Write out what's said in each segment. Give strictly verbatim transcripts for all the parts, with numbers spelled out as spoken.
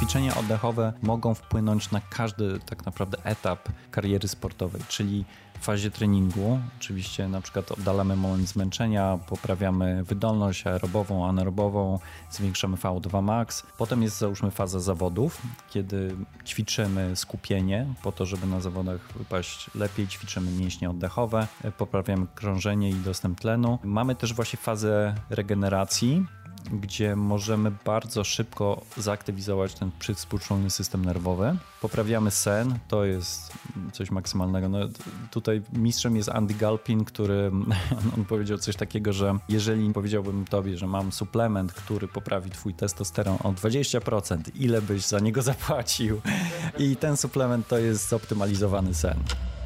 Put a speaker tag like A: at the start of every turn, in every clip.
A: ćwiczenia oddechowe mogą wpłynąć na każdy tak naprawdę etap kariery sportowej, czyli w fazie treningu oczywiście na przykład oddalamy moment zmęczenia, poprawiamy wydolność aerobową, anaerobową, zwiększamy V O dwa max. Potem jest załóżmy faza zawodów, kiedy ćwiczymy skupienie po to, żeby na zawodach wypaść lepiej, ćwiczymy mięśnie oddechowe, poprawiamy krążenie i dostęp tlenu. Mamy też właśnie fazę regeneracji, gdzie możemy bardzo szybko zaktywizować ten przyspółczulny system nerwowy. Poprawiamy sen, to jest coś maksymalnego. No, tutaj mistrzem jest Andy Galpin, który on powiedział coś takiego, że jeżeli powiedziałbym tobie, że mam suplement, który poprawi twój testosteron o dwadzieścia procent, ile byś za niego zapłacił? I ten suplement to jest zoptymalizowany sen.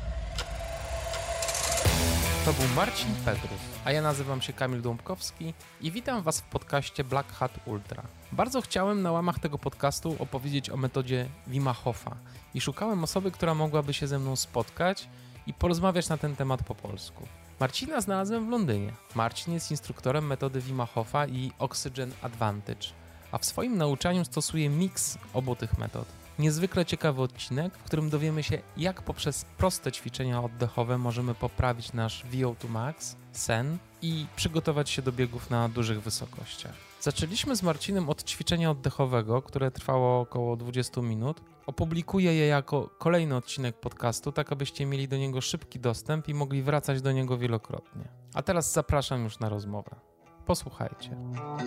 B: To był Marcin Petrus, a ja nazywam się Kamil Dąbkowski i witam Was w podcaście Black Hat Ultra. Bardzo chciałem na łamach tego podcastu opowiedzieć o metodzie Wima Hofa i szukałem osoby, która mogłaby się ze mną spotkać i porozmawiać na ten temat po polsku. Marcina znalazłem w Londynie. Marcin jest instruktorem metody Wima Hofa i Oxygen Advantage, a w swoim nauczaniu stosuje miks obu tych metod. Niezwykle ciekawy odcinek, w którym dowiemy się, jak poprzez proste ćwiczenia oddechowe możemy poprawić nasz V O dwa max, sen i przygotować się do biegów na dużych wysokościach. Zaczęliśmy z Marcinem od ćwiczenia oddechowego, które trwało około dwadzieścia minut. Opublikuję je jako kolejny odcinek podcastu, tak abyście mieli do niego szybki dostęp i mogli wracać do niego wielokrotnie. A teraz zapraszam już na rozmowę. Posłuchajcie.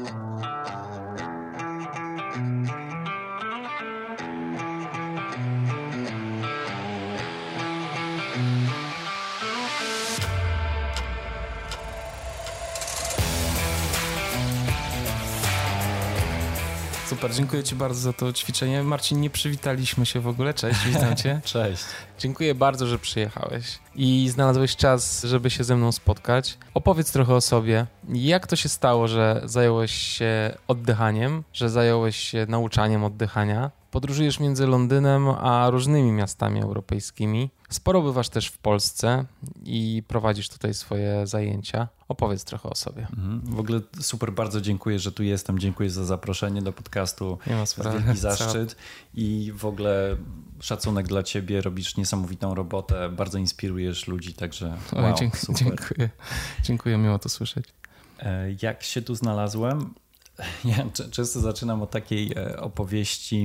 B: Super, dziękuję Ci bardzo za to ćwiczenie. Marcin, nie przywitaliśmy się w ogóle. Cześć, witam Cię.
A: Cześć.
B: Dziękuję bardzo, że przyjechałeś i znalazłeś czas, żeby się ze mną spotkać. Opowiedz trochę o sobie. Jak to się stało, że zająłeś się oddychaniem, że zająłeś się nauczaniem oddychania? Podróżujesz między Londynem a różnymi miastami europejskimi. Sporo bywasz też w Polsce i prowadzisz tutaj swoje zajęcia. Opowiedz trochę o sobie.
A: Mhm. W ogóle super, bardzo dziękuję, że tu jestem. Dziękuję za zaproszenie do podcastu.
B: Nie ma sprawy.
A: Wielki zaszczyt i w ogóle szacunek dla ciebie. Robisz niesamowitą robotę, bardzo inspirujesz ludzi, także wow,
B: Oj, dziękuję,
A: super.
B: Dziękuję, dziękuję, miło to słyszeć.
A: Jak się tu znalazłem? Ja często zaczynam od takiej opowieści,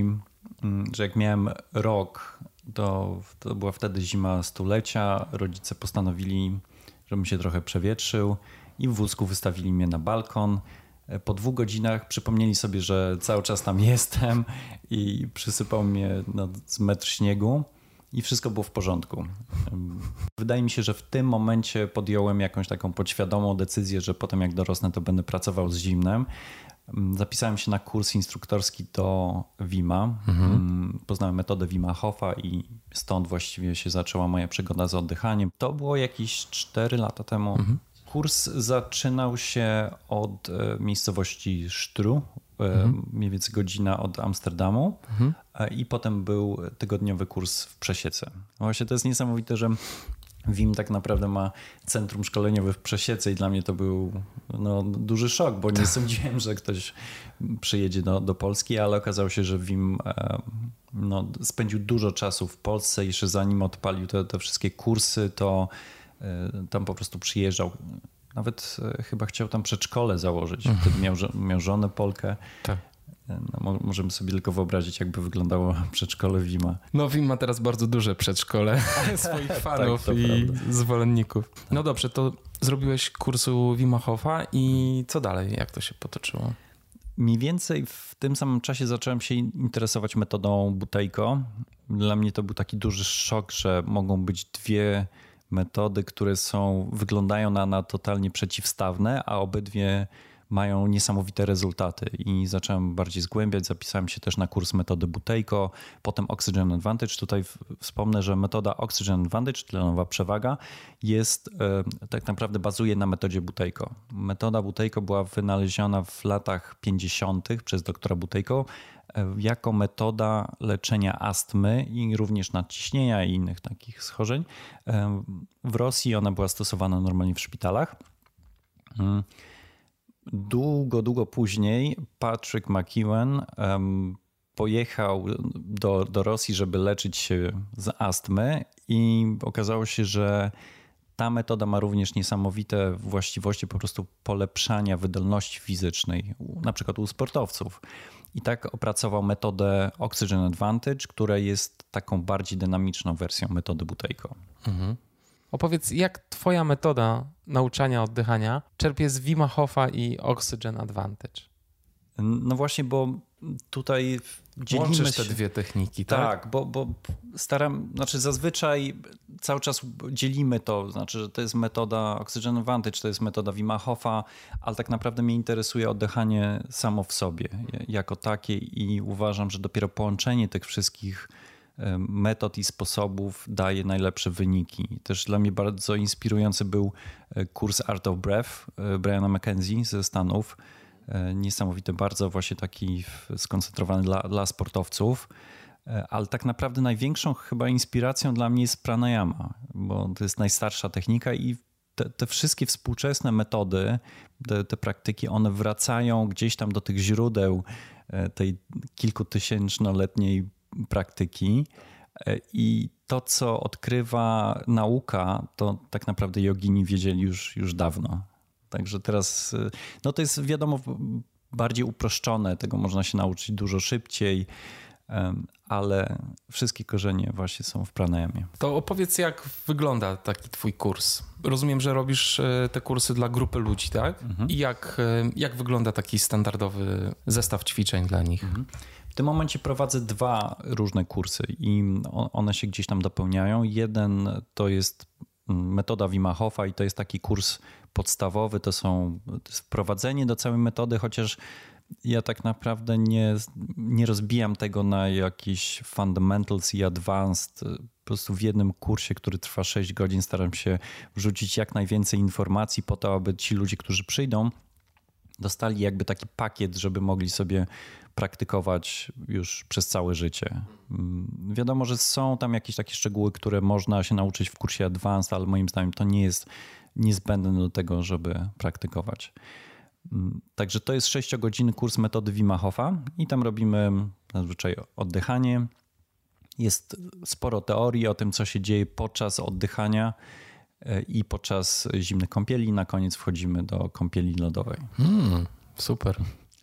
A: że jak miałem rok, to, to była wtedy zima stulecia, rodzice postanowili, żebym się trochę przewietrzył i w wózku wystawili mnie na balkon. Po dwóch godzinach przypomnieli sobie, że cały czas tam jestem i przysypał mnie no, z metr śniegu i wszystko było w porządku. Wydaje mi się, że w tym momencie podjąłem jakąś taką podświadomą decyzję, że potem jak dorosnę, to będę pracował z zimnem. Zapisałem się na kurs instruktorski do Wima. Mhm. Poznałem metodę Wima Hofa i stąd właściwie się zaczęła moja przygoda z oddychaniem. To było jakieś cztery lata temu. Mhm. Kurs zaczynał się od miejscowości Sztru, mhm. mniej więcej godzina od Amsterdamu mhm. i potem był tygodniowy kurs w Przesiece. Właśnie to jest niesamowite, że Wim tak naprawdę ma centrum szkoleniowe w Przesiece i dla mnie to był no, duży szok, bo nie sądziłem, że ktoś przyjedzie do, do Polski, ale okazało się, że Wim no, spędził dużo czasu w Polsce. Jeszcze zanim odpalił te, te wszystkie kursy, to tam po prostu przyjeżdżał. Nawet chyba chciał tam przedszkole założyć. Wtedy miał, miał żonę Polkę. Tak. No, możemy sobie tylko wyobrazić, jakby wyglądało przedszkole Wima.
B: No Wim ma teraz bardzo duże przedszkole swoich fanów tak, i prawda. Zwolenników. No dobrze, to zrobiłeś kursu Wima Hofa i co dalej? Jak to się potoczyło?
A: Mniej więcej w tym samym czasie zacząłem się interesować metodą Buteyko. Dla mnie to był taki duży szok, że mogą być dwie metody, które są, wyglądają na, na totalnie przeciwstawne, a obydwie mają niesamowite rezultaty i zacząłem bardziej zgłębiać. Zapisałem się też na kurs metody Buteyko, potem Oxygen Advantage. Tutaj wspomnę, że metoda Oxygen Advantage, tlenowa przewaga, jest tak naprawdę bazuje na metodzie Buteyko. Metoda Buteyko była wynaleziona w latach pięćdziesiątych przez doktora Buteyko jako metoda leczenia astmy i również nadciśnienia i innych takich schorzeń. W Rosji ona była stosowana normalnie w szpitalach. Długo, długo później Patrick McKeown um, pojechał do, do Rosji, żeby leczyć się z astmy i okazało się, że ta metoda ma również niesamowite właściwości po prostu polepszania wydolności fizycznej, na przykład u sportowców. I tak opracował metodę Oxygen Advantage, która jest taką bardziej dynamiczną wersją metody Buteyko.
B: Mhm. Opowiedz, jak twoja metoda nauczania oddychania czerpie z Wima Hofa i Oxygen Advantage?
A: No właśnie, bo tutaj dzielimy
B: Łączysz
A: się...
B: te dwie techniki, tak?
A: Tak, bo, bo staram, znaczy zazwyczaj cały czas dzielimy to, znaczy, że to jest metoda Oxygen Advantage, to jest metoda Wima Hofa, ale tak naprawdę mnie interesuje oddychanie samo w sobie jako takie i uważam, że dopiero połączenie tych wszystkich metod i sposobów daje najlepsze wyniki. Też dla mnie bardzo inspirujący był kurs Art of Breath Briana McKenzie ze Stanów. Niesamowity, bardzo właśnie taki skoncentrowany dla, dla sportowców, ale tak naprawdę największą chyba inspiracją dla mnie jest pranayama, bo to jest najstarsza technika i te, te wszystkie współczesne metody, te, te praktyki, one wracają gdzieś tam do tych źródeł tej kilkutysięcznoletniej praktyki i to, co odkrywa nauka, to tak naprawdę jogini wiedzieli już, już dawno. Także teraz, no to jest wiadomo bardziej uproszczone, tego można się nauczyć dużo szybciej, ale wszystkie korzenie właśnie są w pranayamie.
B: To opowiedz, jak wygląda taki twój kurs. Rozumiem, że robisz te kursy dla grupy ludzi, tak? Mhm. I jak, jak wygląda taki standardowy zestaw ćwiczeń dla nich? Mhm.
A: W tym momencie prowadzę dwa różne kursy i one się gdzieś tam dopełniają. Jeden to jest metoda Wima Hofa i to jest taki kurs podstawowy, to są to jest wprowadzenie do całej metody, chociaż ja tak naprawdę nie, nie rozbijam tego na jakieś fundamentals i advanced. Po prostu w jednym kursie, który trwa sześć godzin, staram się wrzucić jak najwięcej informacji po to, aby ci ludzie, którzy przyjdą, dostali jakby taki pakiet, żeby mogli sobie praktykować już przez całe życie. Wiadomo, że są tam jakieś takie szczegóły, które można się nauczyć w kursie advanced, ale moim zdaniem to nie jest niezbędne do tego, żeby praktykować. Także to jest sześciogodzinny kurs metody Wima Hofa i tam robimy zazwyczaj oddychanie. Jest sporo teorii o tym, co się dzieje podczas oddychania i podczas zimnych kąpieli. Na koniec wchodzimy do kąpieli lodowej.
B: Hmm, super.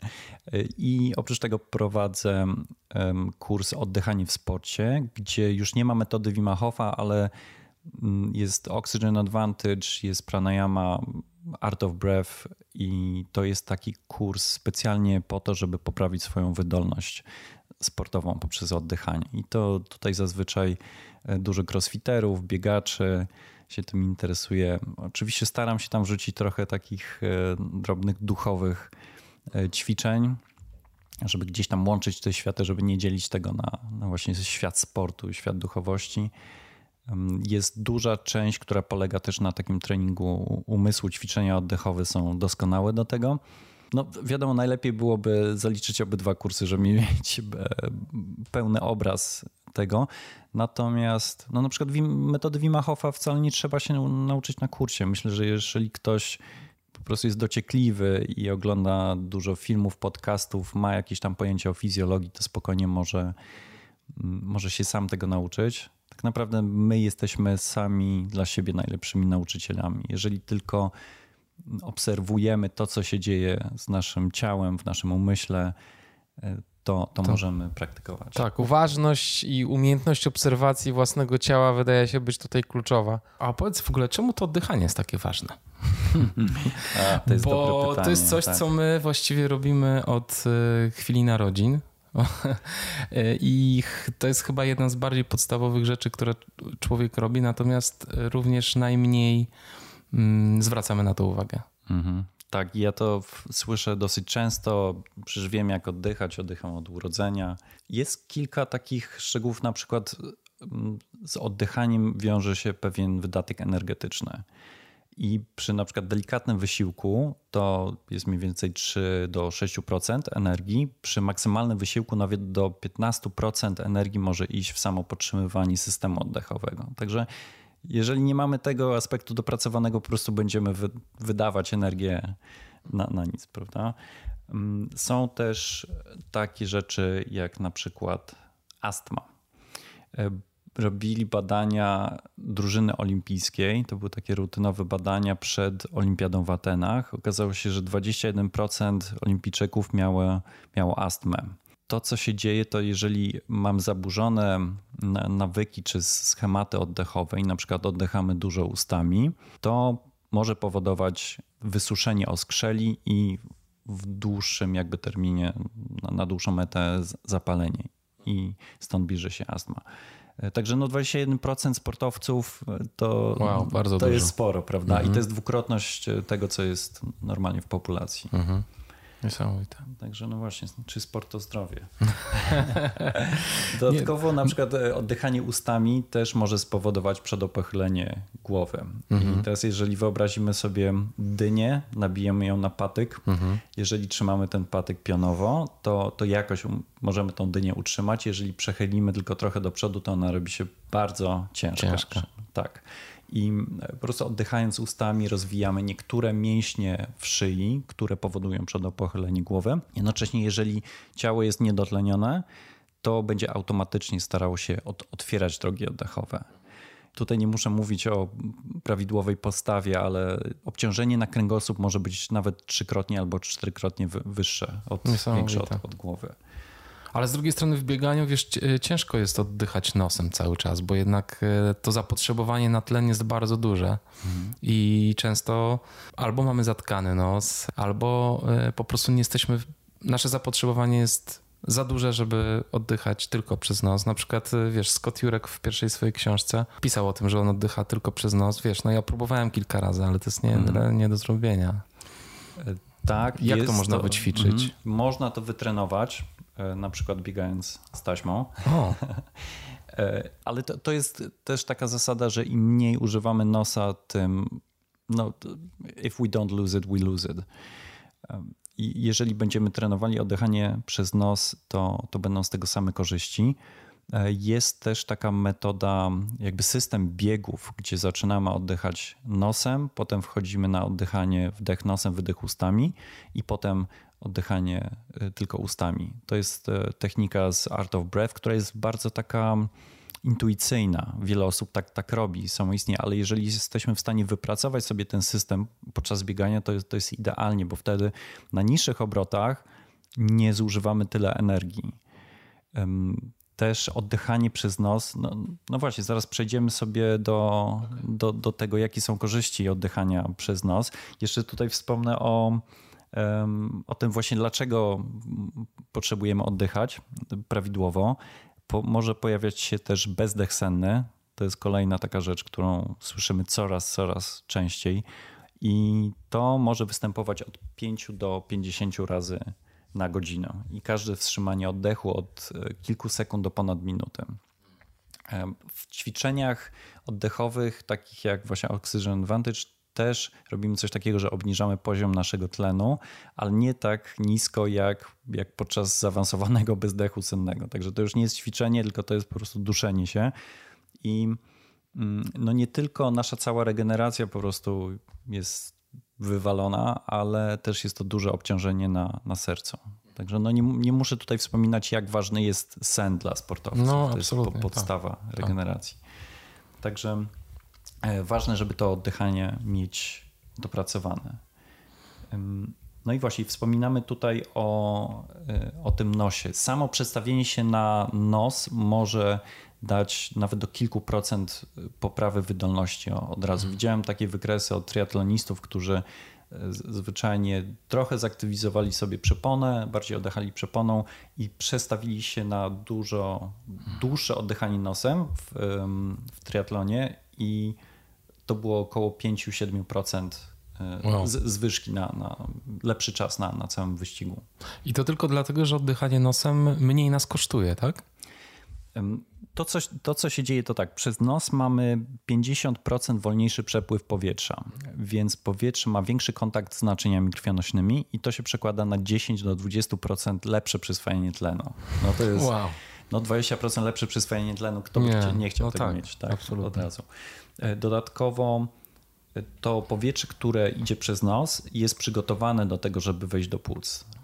A: I oprócz tego prowadzę kurs Oddychanie w sporcie, gdzie już nie ma metody Wima Hofa, ale jest Oxygen Advantage, jest pranayama, Art of Breath i to jest taki kurs specjalnie po to, żeby poprawić swoją wydolność sportową poprzez oddychanie. I to tutaj zazwyczaj dużo crossfiterów, biegaczy się tym interesuje. Oczywiście staram się tam wrzucić trochę takich drobnych duchowych ćwiczeń, żeby gdzieś tam łączyć te światy, żeby nie dzielić tego na, na właśnie świat sportu i świat duchowości. Jest duża część, która polega też na takim treningu umysłu. Ćwiczenia oddechowe są doskonałe do tego. No wiadomo, najlepiej byłoby zaliczyć obydwa kursy, żeby mieć pełny obraz tego. Natomiast no na przykład metody Wima Hofa wcale nie trzeba się nauczyć na kursie. Myślę, że jeżeli ktoś po prostu jest dociekliwy i ogląda dużo filmów, podcastów, ma jakieś tam pojęcie o fizjologii, to spokojnie może, może się sam tego nauczyć. Tak naprawdę my jesteśmy sami dla siebie najlepszymi nauczycielami. Jeżeli tylko obserwujemy to, co się dzieje z naszym ciałem, w naszym umyśle, to, to, to możemy praktykować.
B: Tak, uważność i umiejętność obserwacji własnego ciała wydaje się być tutaj kluczowa. A powiedz w ogóle, czemu to oddychanie jest takie ważne?
A: A, to jest
B: Bo
A: dobre pytanie,
B: to jest coś,
A: tak.
B: co my właściwie robimy od chwili narodzin. I to jest chyba jedna z bardziej podstawowych rzeczy, które człowiek robi, natomiast również najmniej zwracamy na to uwagę.
A: Mhm. Tak, ja to w, słyszę dosyć często, przecież wiem jak oddychać, oddycham od urodzenia. Jest kilka takich szczegółów, na przykład z oddychaniem wiąże się pewien wydatek energetyczny. I przy na przykład delikatnym wysiłku to jest mniej więcej trzy do sześciu procent energii. Przy maksymalnym wysiłku nawet do piętnastu procent energii może iść w samo podtrzymywanie systemu oddechowego. Także jeżeli nie mamy tego aspektu dopracowanego, po prostu będziemy wy, wydawać energię na, na nic, prawda? Są też takie rzeczy jak na przykład astma. Robili badania drużyny olimpijskiej, to były takie rutynowe badania przed olimpiadą w Atenach. Okazało się, że dwadzieścia jeden procent olimpijczyków miało, miało astmę. To, co się dzieje, to jeżeli mam zaburzone nawyki czy schematy oddechowe i na przykład oddychamy dużo ustami, to może powodować wysuszenie oskrzeli i w dłuższym jakby terminie, na dłuższą metę zapalenie i stąd bierze się astma. Także no dwadzieścia jeden procent sportowców to,
B: wow, bardzo
A: to
B: dużo.
A: jest sporo, prawda?
B: Mhm.
A: I to jest dwukrotność tego, co jest normalnie w populacji.
B: Mhm. Niesamowite.
A: Także no właśnie, czy sport to zdrowie? Dodatkowo na przykład oddychanie ustami też może spowodować przedopychylenie głowy. Mhm. I teraz jeżeli wyobrazimy sobie dynię, nabijemy ją na patyk, mhm. jeżeli trzymamy ten patyk pionowo, to, to jakoś możemy tą dynię utrzymać. Jeżeli przechylimy tylko trochę do przodu, to ona robi się bardzo ciężka.
B: Ciężka.
A: Tak. I po prostu oddychając ustami rozwijamy niektóre mięśnie w szyi, które powodują przedopychylenie głowy. Jednocześnie jeżeli ciało jest niedotlenione, to będzie automatycznie starało się od, otwierać drogi oddechowe. Tutaj nie muszę mówić o prawidłowej postawie, ale obciążenie na kręgosłup może być nawet trzykrotnie albo czterykrotnie wyższe, od, większe od, od głowy.
B: Ale z drugiej strony w bieganiu, wiesz, ciężko jest oddychać nosem cały czas, bo jednak to zapotrzebowanie na tlen jest bardzo duże mhm. i często albo mamy zatkany nos, albo po prostu nie jesteśmy, nasze zapotrzebowanie jest za duże, żeby oddychać tylko przez nos. Na przykład, wiesz, Scott Jurek w pierwszej swojej książce pisał o tym, że on oddycha tylko przez nos. Wiesz, no ja próbowałem kilka razy, ale to jest nie, mhm. nie do zrobienia.
A: Tak,
B: jak to można to, wyćwiczyć? Mm,
A: można to wytrenować, na przykład biegając z taśmą.
B: O.
A: Ale to, to jest też taka zasada, że im mniej używamy nosa, tym no, if we don't lose it, we lose it. I jeżeli będziemy trenowali oddychanie przez nos, to, to będą z tego same korzyści. Jest też taka metoda, jakby system biegów, gdzie zaczynamy oddychać nosem, potem wchodzimy na oddychanie, wdech nosem, wydech ustami i potem oddychanie tylko ustami. To jest technika z Art of Breath, która jest bardzo taka intuicyjna. Wiele osób tak, tak robi samoistnie, ale jeżeli jesteśmy w stanie wypracować sobie ten system podczas biegania, to jest, to jest idealnie, bo wtedy na niższych obrotach nie zużywamy tyle energii. Też oddychanie przez nos, no, no właśnie, zaraz przejdziemy sobie do, do, do tego, jakie są korzyści oddychania przez nos. Jeszcze tutaj wspomnę o, um, o tym właśnie, dlaczego potrzebujemy oddychać prawidłowo. Po, może pojawiać się też bezdech senny. To jest kolejna taka rzecz, którą słyszymy coraz, coraz częściej i to może występować od pięciu do pięćdziesięciu razy na godzinę i każde wstrzymanie oddechu od kilku sekund do ponad minuty. W ćwiczeniach oddechowych, takich jak właśnie Oxygen Advantage, też robimy coś takiego, że obniżamy poziom naszego tlenu, ale nie tak nisko jak, jak podczas zaawansowanego bezdechu sennego. Także to już nie jest ćwiczenie, tylko to jest po prostu duszenie się. I no nie tylko nasza cała regeneracja po prostu jest wywalona, ale też jest to duże obciążenie na, na sercu. Także no nie, nie muszę tutaj wspominać, jak ważny jest sen dla sportowców.
B: No,
A: to jest po, podstawa tak, regeneracji. Tak. Także ważne, żeby to oddychanie mieć dopracowane. No i właśnie wspominamy tutaj o, o tym nosie. Samo przestawienie się na nos może dać nawet do kilku procent poprawy wydolności od razu. Widziałem takie wykresy od triatlonistów, którzy zwyczajnie trochę zaktywizowali sobie przeponę, bardziej oddychali przeponą i przestawili się na dużo dłuższe oddychanie nosem w, w triatlonie i to było około pięć do siedmiu procent wow. zwyżki na, na lepszy czas na, na całym wyścigu.
B: I to tylko dlatego, że oddychanie nosem mniej nas kosztuje, tak?
A: To co, to, co się dzieje, to tak, przez nos mamy pięćdziesiąt procent wolniejszy przepływ powietrza, więc powietrze ma większy kontakt z naczyniami krwionośnymi i to się przekłada na dziesięć do dwudziestu procent lepsze przyswajanie tlenu. No to jest
B: wow.
A: no dwadzieścia procent lepsze przyswajanie tlenu. Kto by nie, nie chciał
B: no
A: tego
B: tak,
A: mieć? Tak,
B: absolutnie.
A: Od razu. Dodatkowo to powietrze, które idzie przez nos, jest przygotowane do tego, żeby wejść do płuc.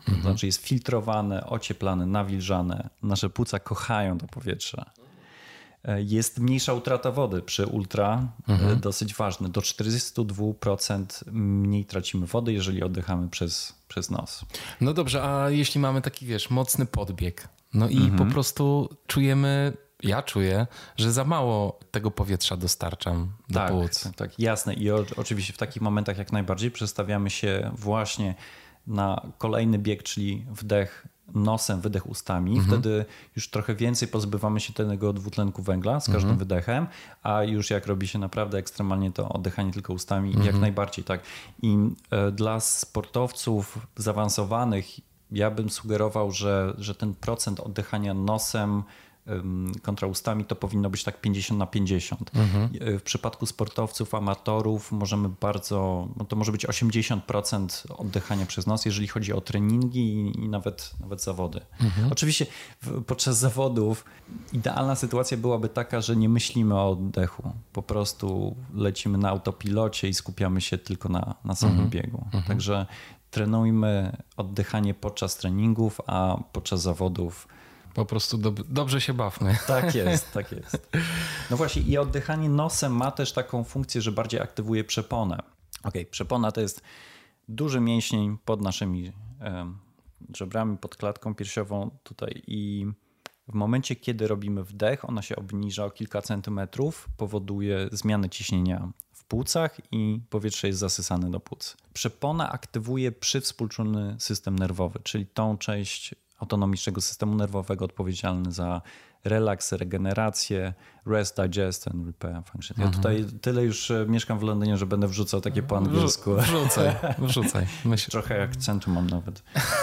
A: To mhm. znaczy jest filtrowane, ocieplane, nawilżane. Nasze płuca kochają to powietrze. Jest mniejsza utrata wody przy ultra, mhm. dosyć ważne. Do czterdzieści dwa procent mniej tracimy wody, jeżeli oddychamy przez, przez nos.
B: No dobrze, a jeśli mamy taki, wiesz, mocny podbieg, no i mhm. po prostu czujemy, ja czuję, że za mało tego powietrza dostarczam do
A: tak,
B: płuc.
A: Tak, tak, jasne. I o, oczywiście w takich momentach jak najbardziej przestawiamy się właśnie na kolejny bieg, czyli wdech nosem, wydech ustami. Mhm. Wtedy już trochę więcej pozbywamy się tego dwutlenku węgla z każdym mhm. wydechem, a już jak robi się naprawdę ekstremalnie, to oddychanie tylko ustami, mhm. jak najbardziej tak. I e, dla sportowców zaawansowanych ja bym sugerował, że, że ten procent oddychania nosem kontra ustami to powinno być tak pięćdziesiąt na pięćdziesiąt. Mhm. W przypadku sportowców, amatorów możemy bardzo, no to może być osiemdziesiąt procent oddychania przez nos, jeżeli chodzi o treningi i, i nawet, nawet zawody. Mhm. Oczywiście w, podczas zawodów idealna sytuacja byłaby taka, że nie myślimy o oddechu. Po prostu lecimy na autopilocie i skupiamy się tylko na, na samym mhm. biegu. Mhm. Także trenujmy oddychanie podczas treningów, a podczas zawodów
B: po prostu do, dobrze się bawmy.
A: Tak jest, tak jest. No właśnie i oddychanie nosem ma też taką funkcję, że bardziej aktywuje przeponę. Okej, przepona to jest duży mięsień pod naszymi e, żebrami, pod klatką piersiową tutaj i w momencie, kiedy robimy wdech, ona się obniża o kilka centymetrów, powoduje zmianę ciśnienia w płucach i powietrze jest zasysane do płuc. Przepona aktywuje przywspólczulny system nerwowy, czyli tą część autonomicznego systemu nerwowego odpowiedzialny za relaks, regenerację, rest, digest and repair function. Ja mhm. tutaj tyle już mieszkam w Londynie, że będę wrzucał takie po angielsku.
B: Wrzucaj, wrzucaj.
A: Myślę. Trochę akcentu mam nawet.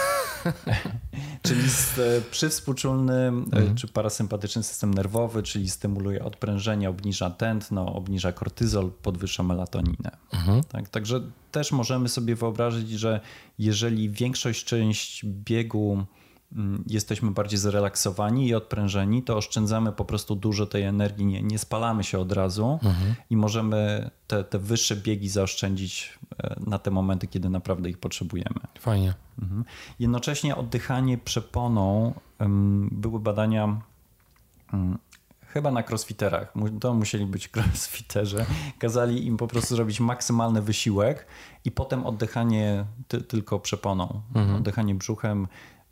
A: Czyli przywspółczulny mhm. czy parasympatyczny system nerwowy, czyli stymuluje odprężenie, obniża tętno, obniża kortyzol, podwyższa melatoninę. Mhm. Tak, także też możemy sobie wyobrazić, że jeżeli większość część biegu jesteśmy bardziej zrelaksowani i odprężeni, to oszczędzamy po prostu dużo tej energii, nie, nie spalamy się od razu mhm. i możemy te, te wyższe biegi zaoszczędzić na te momenty, kiedy naprawdę ich potrzebujemy.
B: Fajnie.
A: Mhm. Jednocześnie oddychanie przeponą, były badania chyba na crossfiterach, to musieli być crossfiterzy, kazali im po prostu zrobić maksymalny wysiłek i potem oddychanie ty, tylko przeponą, mhm. oddychanie brzuchem,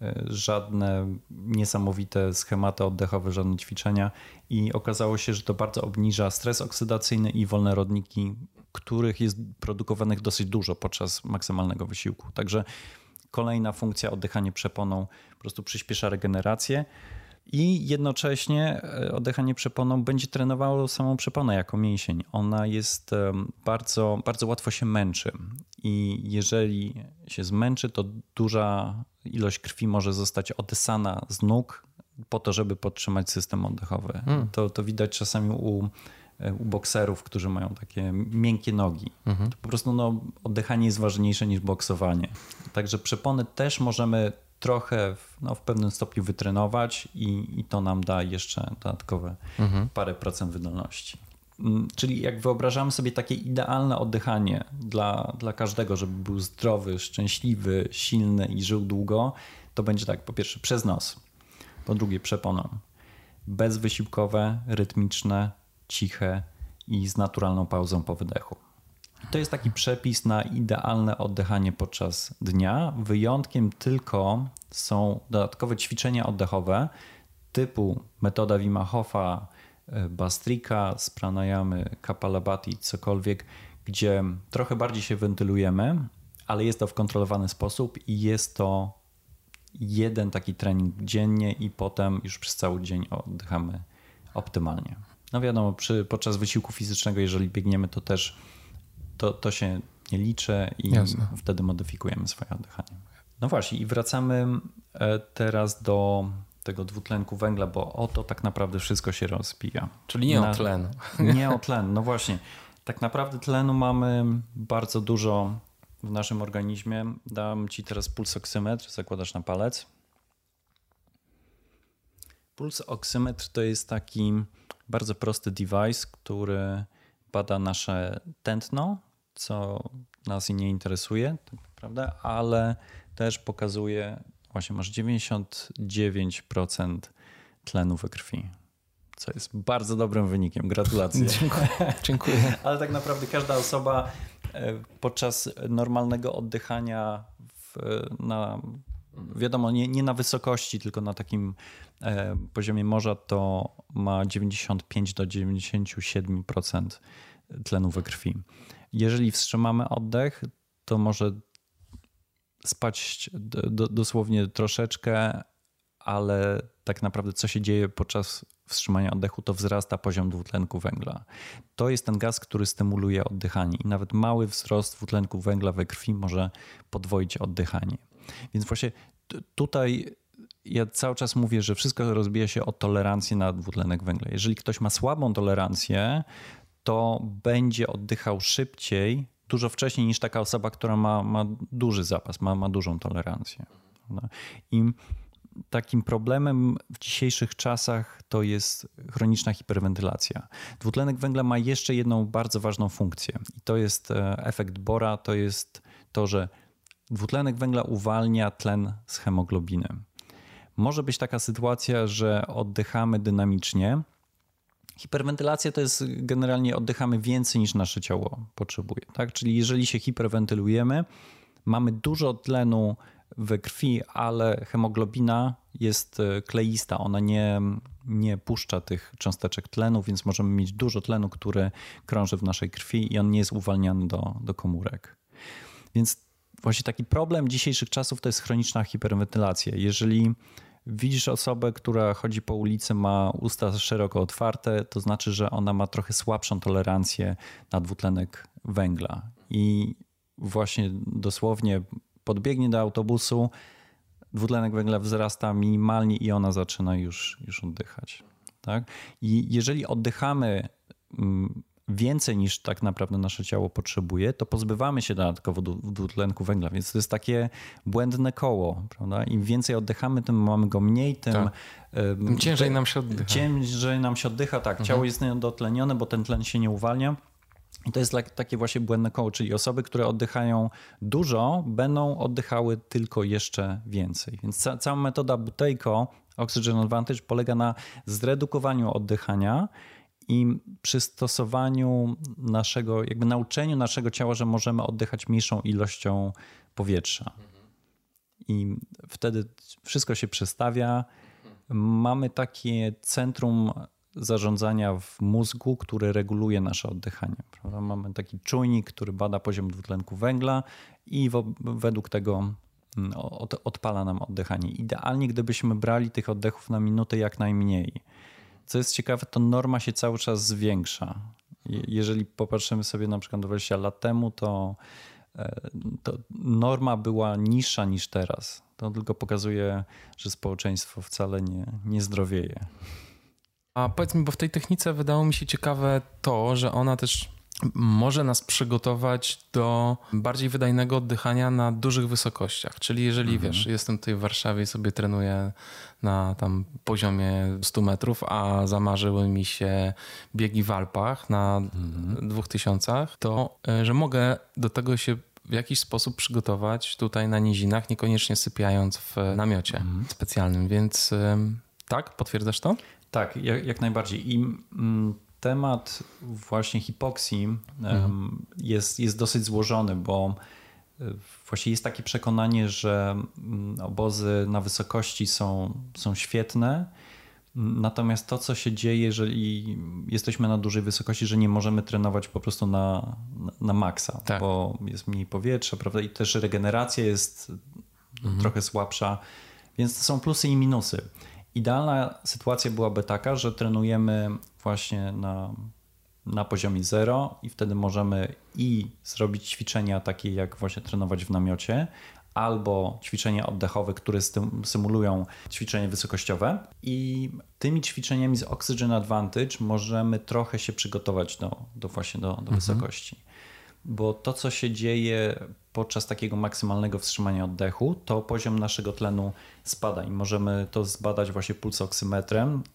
A: żadne niesamowite schematy oddechowe, żadne ćwiczenia i okazało się, że to bardzo obniża stres oksydacyjny i wolne rodniki, których jest produkowanych dosyć dużo podczas maksymalnego wysiłku. Także kolejna funkcja, oddychanie przeponą, po prostu przyspiesza regenerację i jednocześnie oddychanie przeponą będzie trenowało samą przeponę jako mięsień. Ona jest bardzo, bardzo łatwo się męczy i jeżeli się zmęczy, to duża ilość krwi może zostać odesana z nóg po to, żeby podtrzymać system oddechowy. Hmm. To, to widać czasami u, u bokserów, którzy mają takie miękkie nogi. Mhm. To po prostu no, oddychanie jest ważniejsze niż boksowanie. Także przepony też możemy trochę w, no, w pewnym stopniu wytrenować i, i to nam da jeszcze dodatkowe mhm. parę procent wydolności. Czyli jak wyobrażamy sobie takie idealne oddychanie dla, dla każdego, żeby był zdrowy, szczęśliwy, silny i żył długo, to będzie tak, po pierwsze przez nos, po drugie przeponą, bezwysiłkowe, rytmiczne, ciche i z naturalną pauzą po wydechu. To jest taki przepis na idealne oddychanie podczas dnia. Wyjątkiem tylko są dodatkowe ćwiczenia oddechowe typu metoda Wima Hofa, Bastrika, z pranayamy, Kapalabhati, cokolwiek, gdzie trochę bardziej się wentylujemy, ale jest to w kontrolowany sposób i jest to jeden taki trening dziennie i potem już przez cały dzień oddychamy optymalnie. No wiadomo, przy, podczas wysiłku fizycznego, jeżeli biegniemy, to też to, to się nie liczy i Jasne. Wtedy modyfikujemy swoje oddychanie. No właśnie i wracamy teraz do tego dwutlenku węgla, bo o to tak naprawdę wszystko się rozpija.
B: Czyli nie Na, o tlen.
A: Nie o tlen, no właśnie. Tak naprawdę tlenu mamy bardzo dużo w naszym organizmie. Dam ci teraz pulsoksymetr, zakładasz na palec. Pulsoksymetr to jest taki bardzo prosty device, który bada nasze tętno, co nas nie interesuje, tak naprawdę, ale też pokazuje, właśnie masz dziewięćdziesiąt dziewięć procent tlenu we krwi, co jest bardzo dobrym wynikiem. Gratulacje.
B: Dziękuję. Dziękuję.
A: Ale tak naprawdę każda osoba podczas normalnego oddychania w, na, wiadomo, nie, nie na wysokości, tylko na takim e, poziomie morza, to ma dziewięćdziesiąt pięć do dziewięćdziesięciu siedmiu procent tlenu we krwi. Jeżeli wstrzymamy oddech, to może spaść do, dosłownie troszeczkę, ale tak naprawdę co się dzieje podczas wstrzymania oddechu, to wzrasta poziom dwutlenku węgla. To jest ten gaz, który stymuluje oddychanie i nawet mały wzrost dwutlenku węgla we krwi może podwoić oddychanie. Więc właśnie tutaj ja cały czas mówię, że wszystko rozbija się o tolerancję na dwutlenek węgla. Jeżeli ktoś ma słabą tolerancję, to będzie oddychał szybciej, dużo wcześniej niż taka osoba, która ma, ma duży zapas, ma, ma dużą tolerancję. I takim problemem w dzisiejszych czasach to jest chroniczna hiperwentylacja. Dwutlenek węgla ma jeszcze jedną bardzo ważną funkcję i to jest efekt Bora, to jest to, że dwutlenek węgla uwalnia tlen z hemoglobiny. Może być taka sytuacja, że oddychamy dynamicznie. Hiperwentylacja to jest generalnie oddychamy więcej niż nasze ciało potrzebuje. Tak? Czyli jeżeli się hiperwentylujemy, mamy dużo tlenu we krwi, ale hemoglobina jest kleista, ona nie, nie puszcza tych cząsteczek tlenu, więc możemy mieć dużo tlenu, który krąży w naszej krwi i on nie jest uwalniany do, do komórek. Więc właśnie taki problem dzisiejszych czasów to jest chroniczna hiperwentylacja. Jeżeli widzisz osobę, która chodzi po ulicy, ma usta szeroko otwarte, to znaczy, że ona ma trochę słabszą tolerancję na dwutlenek węgla i właśnie dosłownie podbiegnie do autobusu, dwutlenek węgla wzrasta minimalnie i ona zaczyna już, już oddychać. Tak? I jeżeli oddychamy więcej niż tak naprawdę nasze ciało potrzebuje, to pozbywamy się dodatkowo dwutlenku węgla, więc to jest takie błędne koło. Prawda? Im więcej oddychamy, tym mamy go mniej, tym,
B: tak. tym ciężej nam się oddycha.
A: Ciężej nam się oddycha, tak. Mhm. Ciało jest niedotlenione, bo ten tlen się nie uwalnia. I to jest takie właśnie błędne koło, czyli osoby, które oddychają dużo, będą oddychały tylko jeszcze więcej. Więc ca- cała metoda Buteyko, Oxygen Advantage, polega na zredukowaniu oddychania i przystosowaniu naszego, jakby nauczeniu naszego ciała, że możemy oddychać mniejszą ilością powietrza. I wtedy wszystko się przestawia. Mamy takie centrum zarządzania w mózgu, który reguluje nasze oddychanie. Prawda? Mamy taki czujnik, który bada poziom dwutlenku węgla i wo- według tego od- odpala nam oddychanie. Idealnie, gdybyśmy brali tych oddechów na minutę jak najmniej. Co jest ciekawe, to norma się cały czas zwiększa. Jeżeli popatrzymy sobie na przykład dwadzieścia lat temu, to, to norma była niższa niż teraz. To tylko pokazuje, że społeczeństwo wcale nie, nie zdrowieje.
B: A powiedz mi, bo w tej technice wydało mi się ciekawe to, że ona też może nas przygotować do bardziej wydajnego oddychania na dużych wysokościach. Czyli jeżeli, mhm. wiesz, jestem tutaj w Warszawie i sobie trenuję na tam poziomie stu metrów, a zamarzyły mi się biegi w Alpach na mhm. dwóch tysiącach, to że mogę do tego się w jakiś sposób przygotować tutaj na nizinach, niekoniecznie sypiając w namiocie mhm. specjalnym. Więc tak, potwierdzasz to? Tak,
A: jak, jak najbardziej. I mm, temat właśnie hipoksji mhm. jest, jest dosyć złożony, bo właśnie jest takie przekonanie, że obozy na wysokości są, są świetne, natomiast to, co się dzieje, jeżeli jesteśmy na dużej wysokości, że nie możemy trenować po prostu na, na maksa, tak. bo jest mniej powietrza, prawda? I też regeneracja jest mhm. trochę słabsza, więc to są plusy i minusy. Idealna sytuacja byłaby taka, że trenujemy właśnie na, na poziomie zero i wtedy możemy i zrobić ćwiczenia takie jak właśnie trenować w namiocie, albo ćwiczenia oddechowe, które symulują ćwiczenia wysokościowe. I tymi ćwiczeniami z Oxygen Advantage możemy trochę się przygotować do, do właśnie do, do mhm. wysokości. Bo to, co się dzieje podczas takiego maksymalnego wstrzymania oddechu, to poziom naszego tlenu spada i możemy to zbadać właśnie pulsoksymetrem.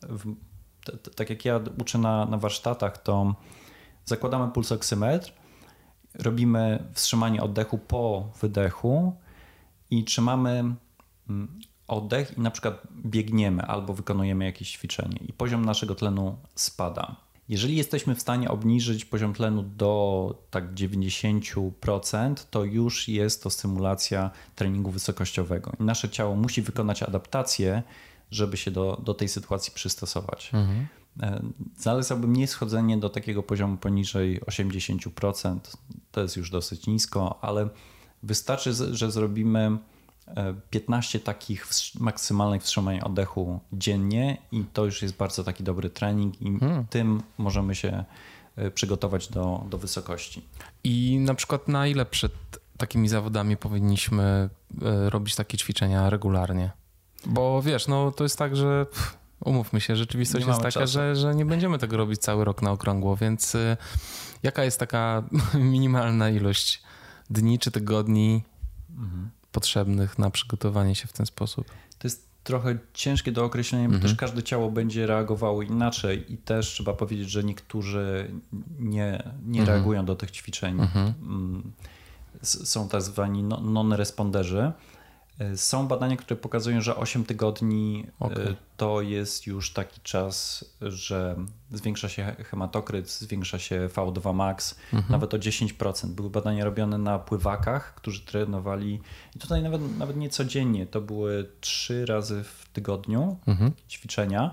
A: Tak jak ja uczę na, na warsztatach, to zakładamy pulsoksymetr, robimy wstrzymanie oddechu po wydechu i trzymamy oddech i na przykład biegniemy albo wykonujemy jakieś ćwiczenie i poziom naszego tlenu spada. Jeżeli jesteśmy w stanie obniżyć poziom tlenu do tak dziewięćdziesiąt procent, to już jest to stymulacja treningu wysokościowego. I nasze ciało musi wykonać adaptację, żeby się do, do tej sytuacji przystosować. Mhm. Zalecałbym nie schodzenie do takiego poziomu poniżej osiemdziesiąt procent. To jest już dosyć nisko, ale wystarczy, że zrobimy piętnaście takich maksymalnych wstrzymania oddechu dziennie i to już jest bardzo taki dobry trening i hmm. tym możemy się przygotować do, do wysokości.
B: I na przykład na ile przed takimi zawodami powinniśmy robić takie ćwiczenia regularnie? Bo wiesz, no to jest tak, że pff, umówmy się, rzeczywistość jest taka, że, że nie będziemy tego robić cały rok na okrągło, więc y, jaka jest taka minimalna ilość dni czy tygodni mhm. potrzebnych na przygotowanie się w ten sposób?
A: To jest trochę ciężkie do określenia, mhm. bo też każde ciało będzie reagowało inaczej i też trzeba powiedzieć, że niektórzy nie, nie mhm. reagują do tych ćwiczeń. Mhm. Są tak zwani non-responderzy. Są badania, które pokazują, że osiem tygodni okay. to jest już taki czas, że zwiększa się hematokryt, zwiększa się V O dwa max, mhm. nawet o dziesięć procent. Były badania robione na pływakach, którzy trenowali i tutaj nawet, nawet nie codziennie, to były trzy razy w tygodniu mhm. ćwiczenia.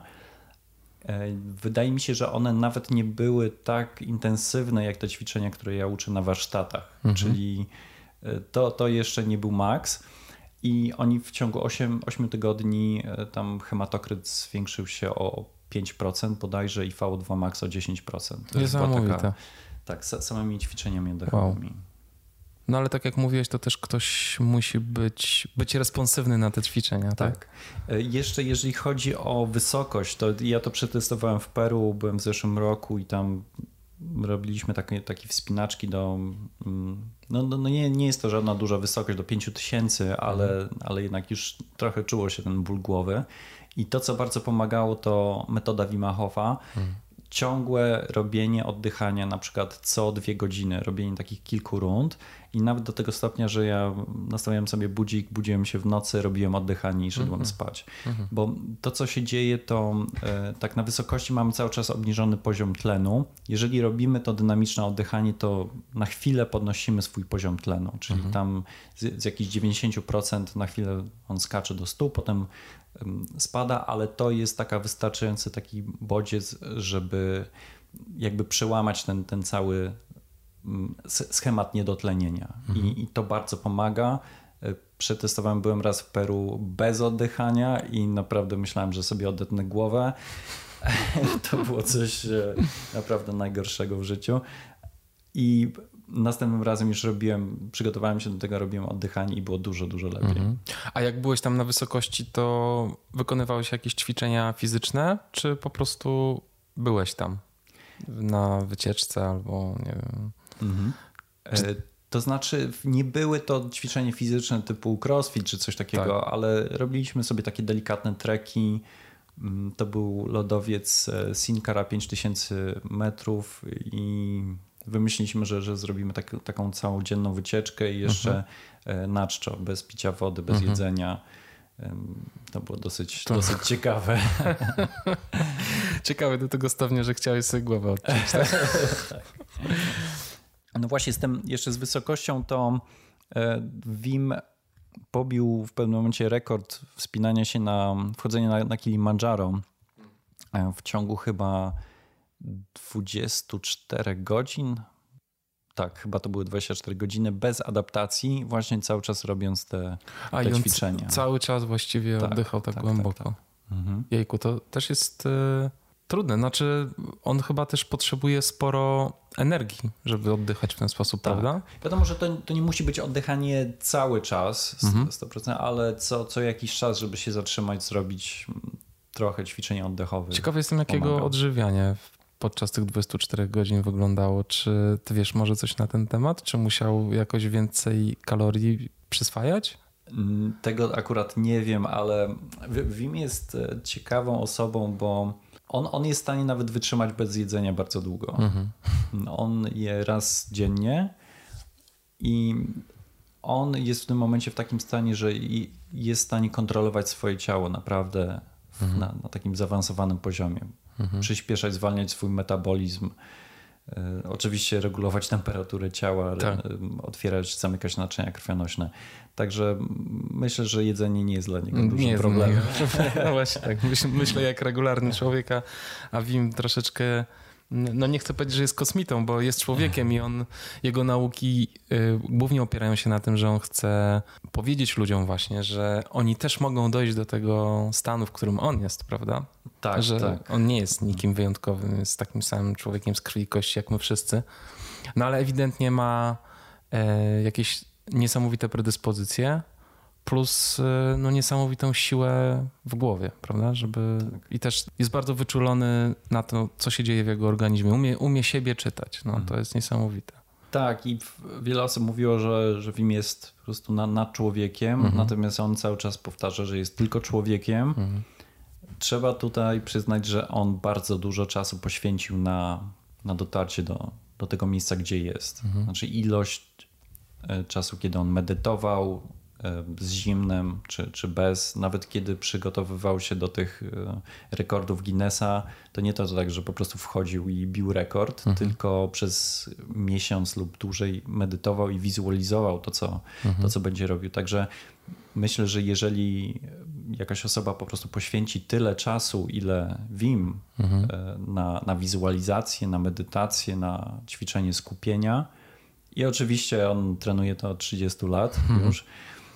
A: Wydaje mi się, że one nawet nie były tak intensywne jak te ćwiczenia, które ja uczę na warsztatach, mhm. czyli to, to jeszcze nie był maks. I oni w ciągu ośmiu tygodni tam hematokryt zwiększył się o pięć procent bodajże i V O dwa max o dziesięć procent. To
B: Niesamowite.
A: Taka, tak, samymi ćwiczeniami oddechowymi. Wow.
B: No ale tak jak mówiłeś, to też ktoś musi być, być responsywny na te ćwiczenia. Tak?
A: tak. Jeszcze jeżeli chodzi o wysokość, to ja to przetestowałem w Peru, byłem w zeszłym roku i tam robiliśmy takie, takie wspinaczki do, no, no nie, nie jest to żadna duża wysokość, do pięć tysięcy, ale, mhm. ale jednak już trochę czuło się ten ból głowy. I to, co bardzo pomagało, to metoda Wima Hofa. Mhm. Ciągłe robienie oddychania, na przykład co dwie godziny, robienie takich kilku rund i nawet do tego stopnia, że ja nastawiałem sobie budzik, budziłem się w nocy, robiłem oddychanie i szedłem mm-hmm. spać. Mm-hmm. Bo to, co się dzieje, to e, tak na wysokości mamy cały czas obniżony poziom tlenu. Jeżeli robimy to dynamiczne oddychanie, to na chwilę podnosimy swój poziom tlenu, czyli mm-hmm. tam z, z jakichś dziewięćdziesiąt procent na chwilę on skacze do stu, potem spada, ale to jest taka wystarczający taki bodziec, żeby jakby przełamać ten, ten cały schemat niedotlenienia. Mhm. I, I to bardzo pomaga. Przetestowałem, byłem raz w Peru bez oddychania i naprawdę myślałem, że sobie odetnę głowę. To było coś naprawdę najgorszego w życiu. I następnym razem już robiłem, przygotowałem się do tego, robiłem oddychanie i było dużo, dużo lepiej. Mhm.
B: A jak byłeś tam na wysokości, to wykonywałeś jakieś ćwiczenia fizyczne, czy po prostu byłeś tam na wycieczce albo nie wiem? Mhm.
A: Czy... To znaczy nie były to ćwiczenia fizyczne typu crossfit czy coś takiego, tak. ale robiliśmy sobie takie delikatne treki. To był lodowiec Sincara pięć tysięcy metrów i wymyśliliśmy, że, że zrobimy tak, taką całą dzienną wycieczkę i jeszcze mhm. na czczo, bez picia wody, bez mhm. jedzenia. To było dosyć, to... dosyć ciekawe.
B: Ciekawe do tego stopnia, że chciałeś sobie głowę odciąć. Tak? tak.
A: No właśnie z tym, jeszcze z wysokością to Wim pobił w pewnym momencie rekord wspinania się na wchodzenie na, na Kilimandżaro w ciągu chyba dwadzieścia cztery godzin. Tak, chyba to były dwadzieścia cztery godziny bez adaptacji, właśnie cały czas robiąc te,
B: A
A: te
B: i on
A: ćwiczenia.
B: Cały czas właściwie tak, oddychał tak, tak głęboko. Tak, tak. Mhm. Jejku, to też jest y, trudne. Znaczy on chyba też potrzebuje sporo energii, żeby oddychać w ten sposób, tak. prawda?
A: Wiadomo, że to, to nie musi być oddychanie cały czas, mhm. sto procent, ale co, co jakiś czas, żeby się zatrzymać, zrobić trochę ćwiczenia oddechowe.
B: Ciekawy jestem, jakiego pomaga. Odżywianie podczas tych dwudziestu czterech godzin wyglądało. Czy ty wiesz może coś na ten temat? Czy musiał jakoś więcej kalorii przyswajać?
A: Tego akurat nie wiem, ale Wim jest ciekawą osobą, bo on, on jest w stanie nawet wytrzymać bez jedzenia bardzo długo. Mhm. On je raz dziennie i on jest w tym momencie w takim stanie, że jest w stanie kontrolować swoje ciało naprawdę mhm. na, na takim zaawansowanym poziomie. Mhm. Przyspieszać, zwalniać swój metabolizm. Y, oczywiście regulować temperaturę ciała, tak. y, otwierać, zamykać naczynia krwionośne. Także myślę, że jedzenie nie jest dla niego dużym nie problemem.
B: No właśnie, tak. Myślę, myślę jak regularny człowiek, a, a Wim troszeczkę, no nie chcę powiedzieć, że jest kosmitą, bo jest człowiekiem i on, jego nauki y, głównie opierają się na tym, że on chce powiedzieć ludziom właśnie, że oni też mogą dojść do tego stanu, w którym on jest, prawda?
A: Tak,
B: że
A: tak.
B: on nie jest nikim wyjątkowym, jest takim samym człowiekiem z krwi i kości jak my wszyscy. No ale ewidentnie ma e, jakieś niesamowite predyspozycje plus e, no, niesamowitą siłę w głowie, prawda? Żeby... Tak. I też jest bardzo wyczulony na to, co się dzieje w jego organizmie. Umie, umie siebie czytać. No, mhm. To jest niesamowite.
A: Tak i wiele osób mówiło, że, że Wim jest po prostu nad, nad człowiekiem, mhm. natomiast on cały czas powtarza, że jest tylko człowiekiem. Mhm. Trzeba tutaj przyznać, że on bardzo dużo czasu poświęcił na, na dotarcie do, do tego miejsca, gdzie jest. Mhm. Znaczy ilość czasu, kiedy on medytował z zimnem czy, czy bez, nawet kiedy przygotowywał się do tych rekordów Guinnessa, to nie to tak, że po prostu wchodził i bił rekord, mhm. tylko przez miesiąc lub dłużej medytował i wizualizował to co, mhm. to, co będzie robił. Także myślę, że jeżeli jakaś osoba po prostu poświęci tyle czasu, ile Wim mhm. na, na wizualizację, na medytację, na ćwiczenie skupienia i oczywiście on trenuje to od trzydziestu lat mhm. już,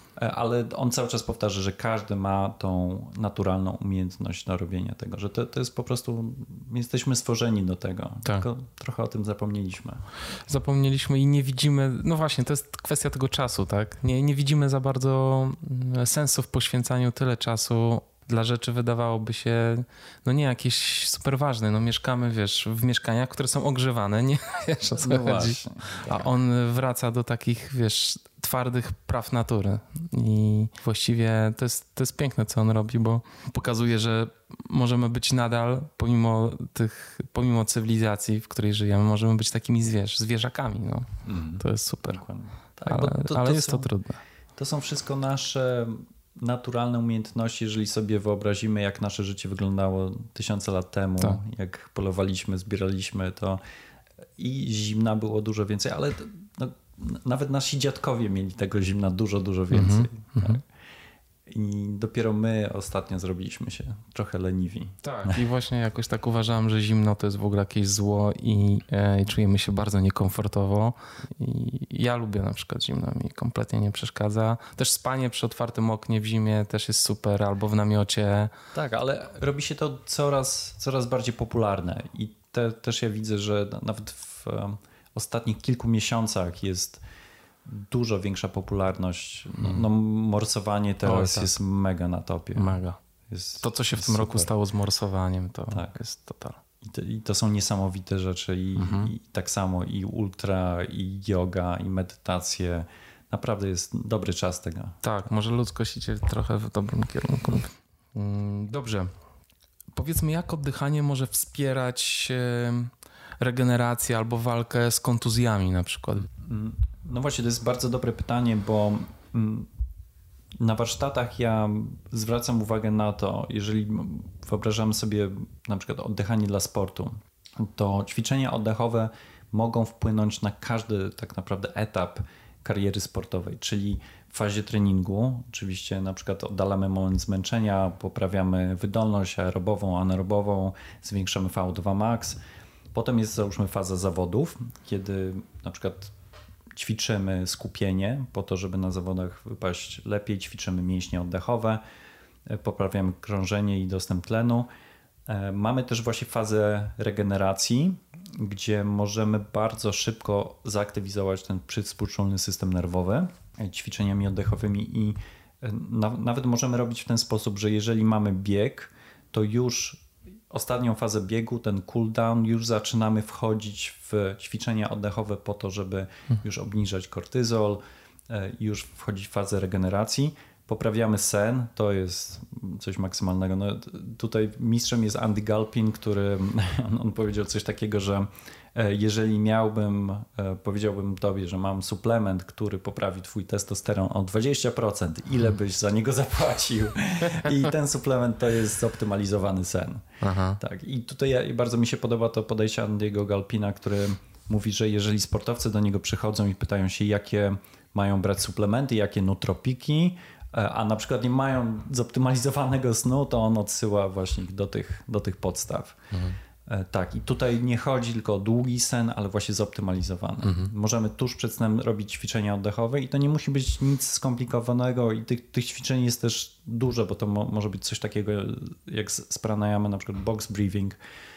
A: ale on cały czas powtarza, że każdy ma tą naturalną umiejętność do robienia tego, że to, to jest po prostu, jesteśmy stworzeni do tego, tak. Tylko trochę o tym zapomnieliśmy.
B: Zapomnieliśmy i nie widzimy, no właśnie, to jest kwestia tego czasu, tak? Nie, nie widzimy za bardzo sensu w poświęcaniu tyle czasu dla rzeczy wydawałoby się, no nie jakieś super ważne, no mieszkamy, wiesz, w mieszkaniach, które są ogrzewane, nie wiesz o co
A: no
B: chodzi.
A: Właśnie, tak.
B: A on wraca do takich, wiesz, twardych praw natury i właściwie to jest, to jest piękne, co on robi, bo pokazuje, że możemy być nadal, pomimo tych, pomimo cywilizacji, w której żyjemy, możemy być takimi zwierz, zwierzakami, no. Mm. To jest super. Tak, ale to, ale to jest są, to trudne.
A: To są wszystko nasze naturalne umiejętności, jeżeli sobie wyobrazimy, jak nasze życie wyglądało tysiące lat temu, tak. jak polowaliśmy, zbieraliśmy, to i zimna było dużo więcej, ale no, nawet nasi dziadkowie mieli tego zimna dużo, dużo więcej. Mm-hmm. tak? I dopiero my ostatnio zrobiliśmy się trochę leniwi.
B: Tak, i właśnie jakoś tak uważałem, że zimno to jest w ogóle jakieś zło i, e, i czujemy się bardzo niekomfortowo. I ja lubię na przykład zimno, mi kompletnie nie przeszkadza. Też spanie przy otwartym oknie w zimie też jest super, albo w namiocie.
A: Tak, ale robi się to coraz, coraz bardziej popularne i te, też ja widzę, że nawet w um, ostatnich kilku miesiącach jest dużo większa popularność. No, no morsowanie teraz o, tak. jest mega na topie.
B: Mega. Jest, to, co się w tym super. roku stało z morsowaniem, to tak. jest total.
A: I to, I to są niesamowite rzeczy i, mhm. i tak samo i ultra, i yoga, i medytacje. Naprawdę jest dobry czas tego.
B: Tak, może ludzkość idzie trochę w dobrym kierunku. Dobrze. Powiedzmy, jak oddychanie może wspierać regenerację albo walkę z kontuzjami na przykład?
A: No właśnie, to jest bardzo dobre pytanie, bo na warsztatach ja zwracam uwagę na to, jeżeli wyobrażamy sobie na przykład oddychanie dla sportu, to ćwiczenia oddechowe mogą wpłynąć na każdy tak naprawdę etap kariery sportowej, czyli w fazie treningu, oczywiście na przykład oddalamy moment zmęczenia, poprawiamy wydolność aerobową, anaerobową, zwiększamy V O dwa max. Potem jest załóżmy faza zawodów, kiedy na przykład ćwiczymy skupienie po to, żeby na zawodach wypaść lepiej, ćwiczymy mięśnie oddechowe, poprawiamy krążenie i dostęp tlenu. Mamy też właśnie fazę regeneracji, gdzie możemy bardzo szybko zaaktywizować ten przywspółczulny system nerwowy ćwiczeniami oddechowymi i na, nawet możemy robić w ten sposób, że jeżeli mamy bieg, to już ostatnią fazę biegu, ten cool down, już zaczynamy wchodzić w ćwiczenia oddechowe po to, żeby już obniżać kortyzol, już wchodzić w fazę regeneracji. Poprawiamy sen, to jest coś maksymalnego. No, tutaj mistrzem jest Andy Galpin, który on, on powiedział coś takiego, że jeżeli miałbym, powiedziałbym tobie, że mam suplement, który poprawi twój testosteron o dwadzieścia procent, ile byś za niego zapłacił? I ten suplement to jest zoptymalizowany sen. Aha. Tak. I tutaj bardzo mi się podoba to podejście Andy'ego Galpina, który mówi, że jeżeli sportowcy do niego przychodzą i pytają się, jakie mają brać suplementy, jakie nutropiki, a na przykład nie mają zoptymalizowanego snu, to on odsyła właśnie do tych, do tych podstaw. Mhm. Tak, i tutaj nie chodzi tylko o długi sen, ale właśnie zoptymalizowany. Mhm. Możemy tuż przed snem robić ćwiczenia oddechowe i to nie musi być nic skomplikowanego i tych, tych ćwiczeń jest też dużo, bo to mo, może być coś takiego jak z, z pranayamy, na przykład box breathing,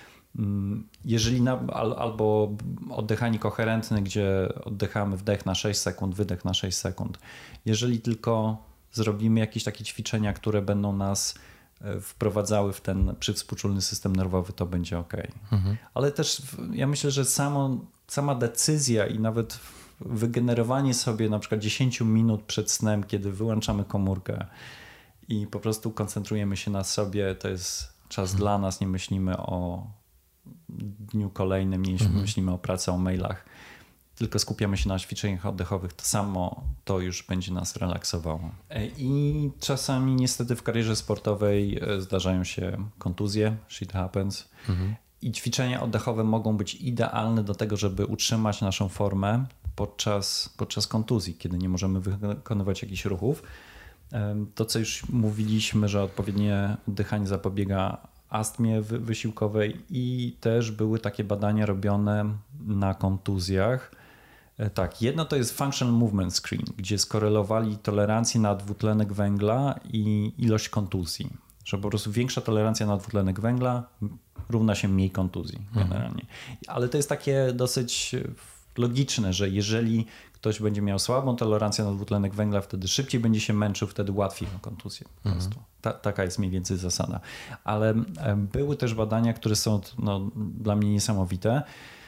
A: jeżeli na, al, albo oddychanie koherentne, gdzie oddychamy wdech na sześć sekund, wydech na sześć sekund. Jeżeli tylko zrobimy jakieś takie ćwiczenia, które będą nas wprowadzały w ten przywspółczulny system nerwowy, to będzie ok. Mhm. Ale też ja myślę, że samo, sama decyzja i nawet wygenerowanie sobie na przykład dziesięć minut przed snem, kiedy wyłączamy komórkę i po prostu koncentrujemy się na sobie, to jest czas mhm. dla nas, nie myślimy o dniu kolejnym, nie mhm. myślimy o pracy, o mailach, tylko skupiamy się na ćwiczeniach oddechowych, to samo to już będzie nas relaksowało. I czasami niestety w karierze sportowej zdarzają się kontuzje, shit happens. Mhm. I ćwiczenia oddechowe mogą być idealne do tego, żeby utrzymać naszą formę podczas, podczas kontuzji, kiedy nie możemy wykonywać jakichś ruchów. To, co już mówiliśmy, że odpowiednie oddychanie zapobiega astmie wysiłkowej i też były takie badania robione na kontuzjach. Tak, jedno to jest Functional Movement Screen, gdzie skorelowali tolerancję na dwutlenek węgla i ilość kontuzji. Że po prostu większa tolerancja na dwutlenek węgla równa się mniej kontuzji generalnie. Ale to jest takie dosyć logiczne, że jeżeli ktoś będzie miał słabą tolerancję na dwutlenek węgla, wtedy szybciej będzie się męczył, wtedy łatwiej o kontuzję po prostu. Ta, taka jest mniej więcej zasada. Ale były też badania, które są no, dla mnie niesamowite,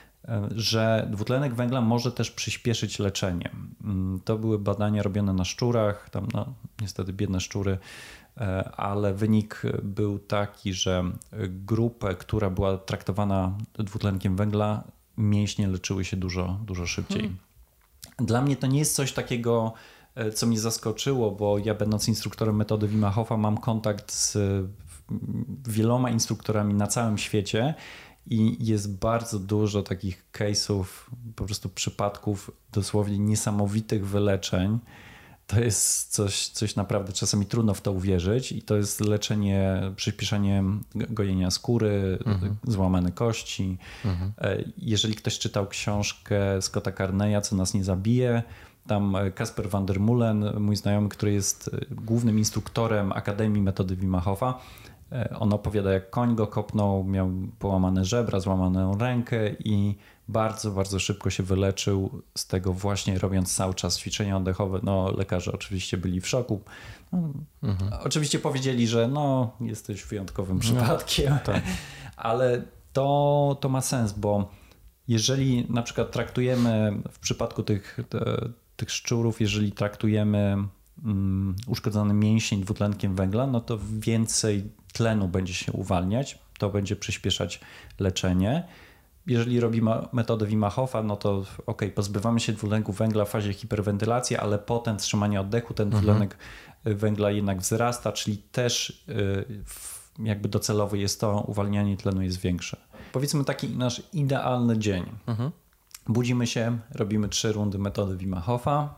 A: że dwutlenek węgla może też przyspieszyć leczenie. To były badania robione na szczurach, tam no, niestety biedne szczury, ale wynik był taki, że grupę, która była traktowana dwutlenkiem węgla, mięśnie leczyły się dużo, dużo szybciej. Hmm. Dla mnie to nie jest coś takiego, co mnie zaskoczyło, bo ja będąc instruktorem metody Wima Hofa mam kontakt z wieloma instruktorami na całym świecie i jest bardzo dużo takich case'ów, po prostu przypadków dosłownie niesamowitych wyleczeń. To jest coś, coś naprawdę czasami trudno w to uwierzyć i to jest leczenie, przyspieszenie gojenia skóry, mhm. złamane kości. Mhm. Jeżeli ktoś czytał książkę Scotta Carneya, Co nas nie zabije, tam Kasper van der Mullen, mój znajomy, który jest głównym instruktorem Akademii Metody Wima Hofa, on opowiada, jak koń go kopnął, miał połamane żebra, złamaną rękę i bardzo, bardzo szybko się wyleczył z tego właśnie robiąc cały czas ćwiczenia oddechowe. No, lekarze oczywiście byli w szoku. No, mhm. Oczywiście powiedzieli, że no, jesteś wyjątkowym przypadkiem, no, tak. Ale to, to ma sens, bo jeżeli na przykład traktujemy w przypadku tych, te, tych szczurów, jeżeli traktujemy um, uszkodzony mięsień dwutlenkiem węgla, no to więcej tlenu będzie się uwalniać, to będzie przyspieszać leczenie. Jeżeli robimy metodę Wima Hofa, no to ok, pozbywamy się dwutlenku węgla w fazie hiperwentylacji, ale potem trzymanie oddechu, ten dwutlenek mhm. węgla jednak wzrasta, czyli też jakby docelowo jest to, uwalnianie tlenu jest większe. Powiedzmy taki nasz idealny dzień. Mhm. Budzimy się, robimy trzy rundy metody Wima Hofa,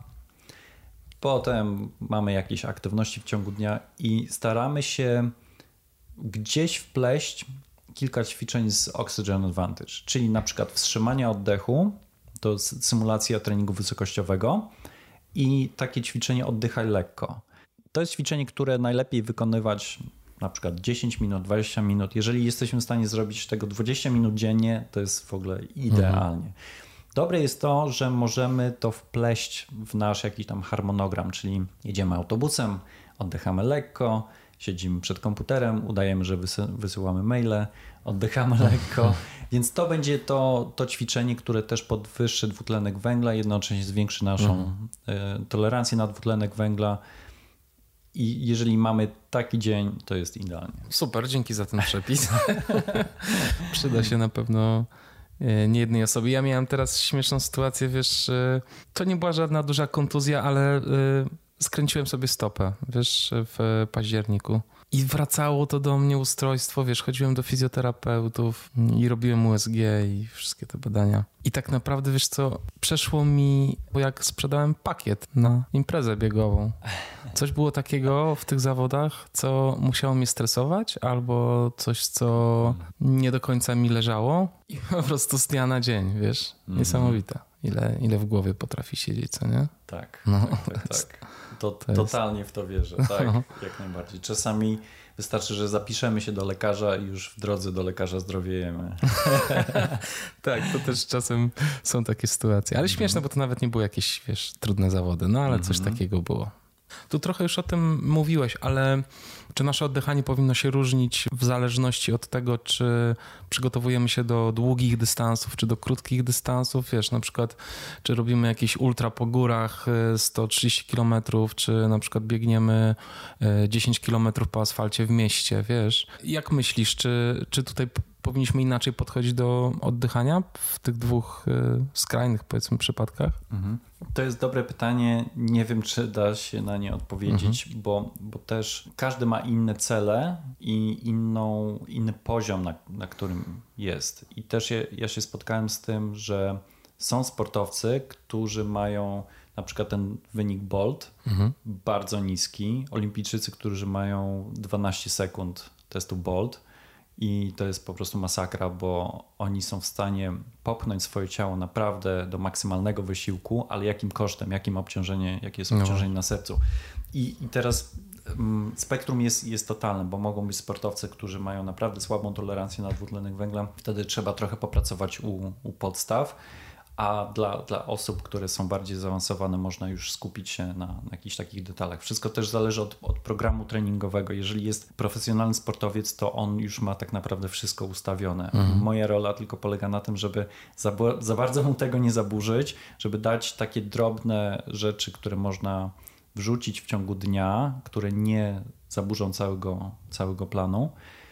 A: potem mamy jakieś aktywności w ciągu dnia i staramy się gdzieś wpleść kilka ćwiczeń z Oxygen Advantage, czyli na przykład wstrzymanie oddechu, to symulacja treningu wysokościowego i takie ćwiczenie oddychaj lekko. To jest ćwiczenie, które najlepiej wykonywać na przykład dziesięć minut, dwadzieścia minut. Jeżeli jesteśmy w stanie zrobić tego dwadzieścia minut dziennie, to jest w ogóle idealnie. Mhm. Dobre jest to, że możemy to wpleść w nasz jakiś tam harmonogram, czyli jedziemy autobusem, oddychamy lekko, siedzimy przed komputerem, udajemy, że wysy- wysyłamy maile, oddychamy lekko, więc to będzie to, to ćwiczenie, które też podwyższy dwutlenek węgla, jednocześnie zwiększy naszą mhm. tolerancję na dwutlenek węgla I jeżeli mamy taki dzień, to jest idealnie.
B: Super, dzięki za ten przepis. Przyda się na pewno nie jednej osobie. Ja miałem teraz śmieszną sytuację, wiesz, to nie była żadna duża kontuzja, ale skręciłem sobie stopę, wiesz, w październiku. I wracało to do mnie ustrojstwo, wiesz, chodziłem do fizjoterapeutów i robiłem U S G i wszystkie te badania. I tak naprawdę, wiesz co, przeszło mi, bo jak sprzedałem pakiet na imprezę biegową. Coś było takiego w tych zawodach, co musiało mnie stresować, albo coś, co nie do końca mi leżało i po prostu z dnia na dzień, wiesz, niesamowite. Ile, ile w głowie potrafi siedzieć, co nie?
A: Tak,
B: no,
A: tak, tak, tak. To, to totalnie jest... w to wierzę, tak, jak najbardziej. Czasami wystarczy, że zapiszemy się do lekarza i już w drodze do lekarza zdrowiejemy.
B: Tak, to też czasem są takie sytuacje. Ale śmieszne, bo to nawet nie były jakieś, wiesz, trudne zawody, no ale coś takiego było. Tu trochę już o tym mówiłeś, ale czy nasze oddychanie powinno się różnić w zależności od tego, czy przygotowujemy się do długich dystansów, czy do krótkich dystansów? Wiesz, na przykład, czy robimy jakieś ultra po górach sto trzydzieści kilometrów, czy na przykład biegniemy dziesięć kilometrów po asfalcie w mieście, wiesz? Jak myślisz, czy, czy tutaj powinniśmy inaczej podchodzić do oddychania w tych dwóch skrajnych, powiedzmy, przypadkach?
A: Mhm. To jest dobre pytanie. Nie wiem, czy da się na nie odpowiedzieć, mhm. bo, bo też każdy ma inne cele i inną, inny poziom, na, na którym jest. I też ja, ja się spotkałem z tym, że są sportowcy, którzy mają na przykład ten wynik Bolt mhm. bardzo niski. Olimpijczycy, którzy mają dwanaście sekund testu Bolt. I to jest po prostu masakra, bo oni są w stanie popchnąć swoje ciało naprawdę do maksymalnego wysiłku, ale jakim kosztem, jakim obciążenie, jakie jest obciążenie no. na sercu. I, i teraz um, spektrum jest, jest totalne, bo mogą być sportowcy, którzy mają naprawdę słabą tolerancję na dwutlenek węgla. Wtedy trzeba trochę popracować u, u podstaw. A dla, dla osób, które są bardziej zaawansowane, można już skupić się na, na jakichś takich detalach. Wszystko też zależy od, od programu treningowego. Jeżeli jest profesjonalny sportowiec, to on już ma tak naprawdę wszystko ustawione. Mhm. Moja rola tylko polega na tym, żeby za, za bardzo mu tego nie zaburzyć, żeby dać takie drobne rzeczy, które można wrzucić w ciągu dnia, które nie zaburzą całego, całego planu.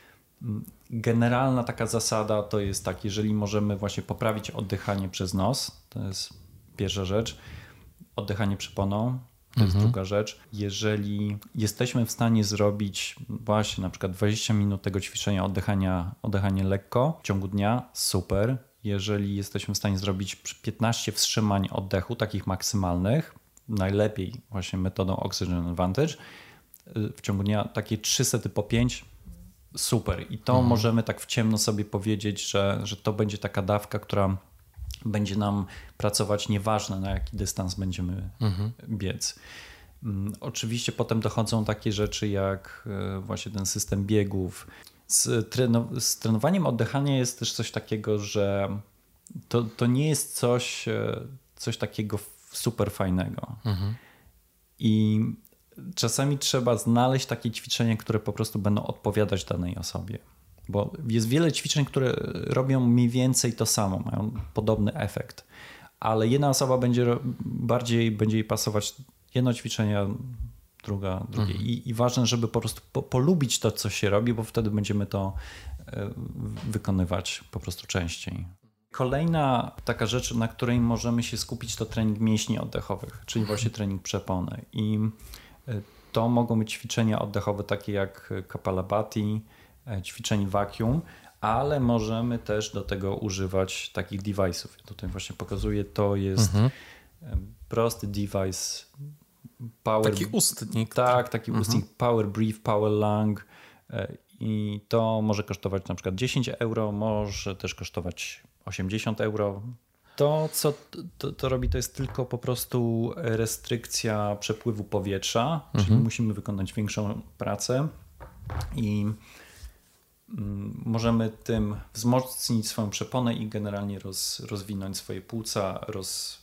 A: Generalna taka zasada to jest tak, jeżeli możemy właśnie poprawić oddychanie przez nos, to jest pierwsza rzecz, oddychanie przeponą, to mhm. jest druga rzecz. Jeżeli jesteśmy w stanie zrobić właśnie na przykład dwadzieścia minut tego ćwiczenia oddychania, oddychanie lekko w ciągu dnia, super. Jeżeli jesteśmy w stanie zrobić piętnaście wstrzymań oddechu, takich maksymalnych, najlepiej właśnie metodą Oxygen Advantage, w ciągu dnia takie trzy sety po pięć, super. I to mhm. możemy tak w ciemno sobie powiedzieć, że, że to będzie taka dawka, która będzie nam pracować nieważne, na jaki dystans będziemy mhm. biec. Oczywiście potem dochodzą takie rzeczy jak właśnie ten system biegów. Z, treno- z trenowaniem oddychania jest też coś takiego, że to, to nie jest coś, coś takiego super fajnego. Mhm. I czasami trzeba znaleźć takie ćwiczenia, które po prostu będą odpowiadać danej osobie. Bo jest wiele ćwiczeń, które robią mniej więcej to samo, mają podobny efekt. Ale jedna osoba będzie bardziej będzie jej pasować jedno ćwiczenie, druga drugie. Mhm. I, I ważne, żeby po prostu po, polubić to, co się robi, bo wtedy będziemy to wykonywać po prostu częściej. Kolejna taka rzecz, na której możemy się skupić, to trening mięśni oddechowych, czyli właśnie trening przepony. I to mogą być ćwiczenia oddechowe takie jak Kapalabhati, ćwiczenie vacuum, ale możemy też do tego używać takich device'ów. Ja tutaj właśnie pokazuję, to jest mhm. prosty device. Power,
B: taki ustnik.
A: Tak, taki mhm. ustnik Power Breathe, Power Lung i to może kosztować na przykład dziesięć euro, może też kosztować osiemdziesiąt euro. To, co to, to robi, to jest tylko po prostu restrykcja przepływu powietrza, mhm. czyli musimy wykonać większą pracę i możemy tym wzmocnić swoją przeponę i generalnie roz, rozwinąć swoje płuca, roz,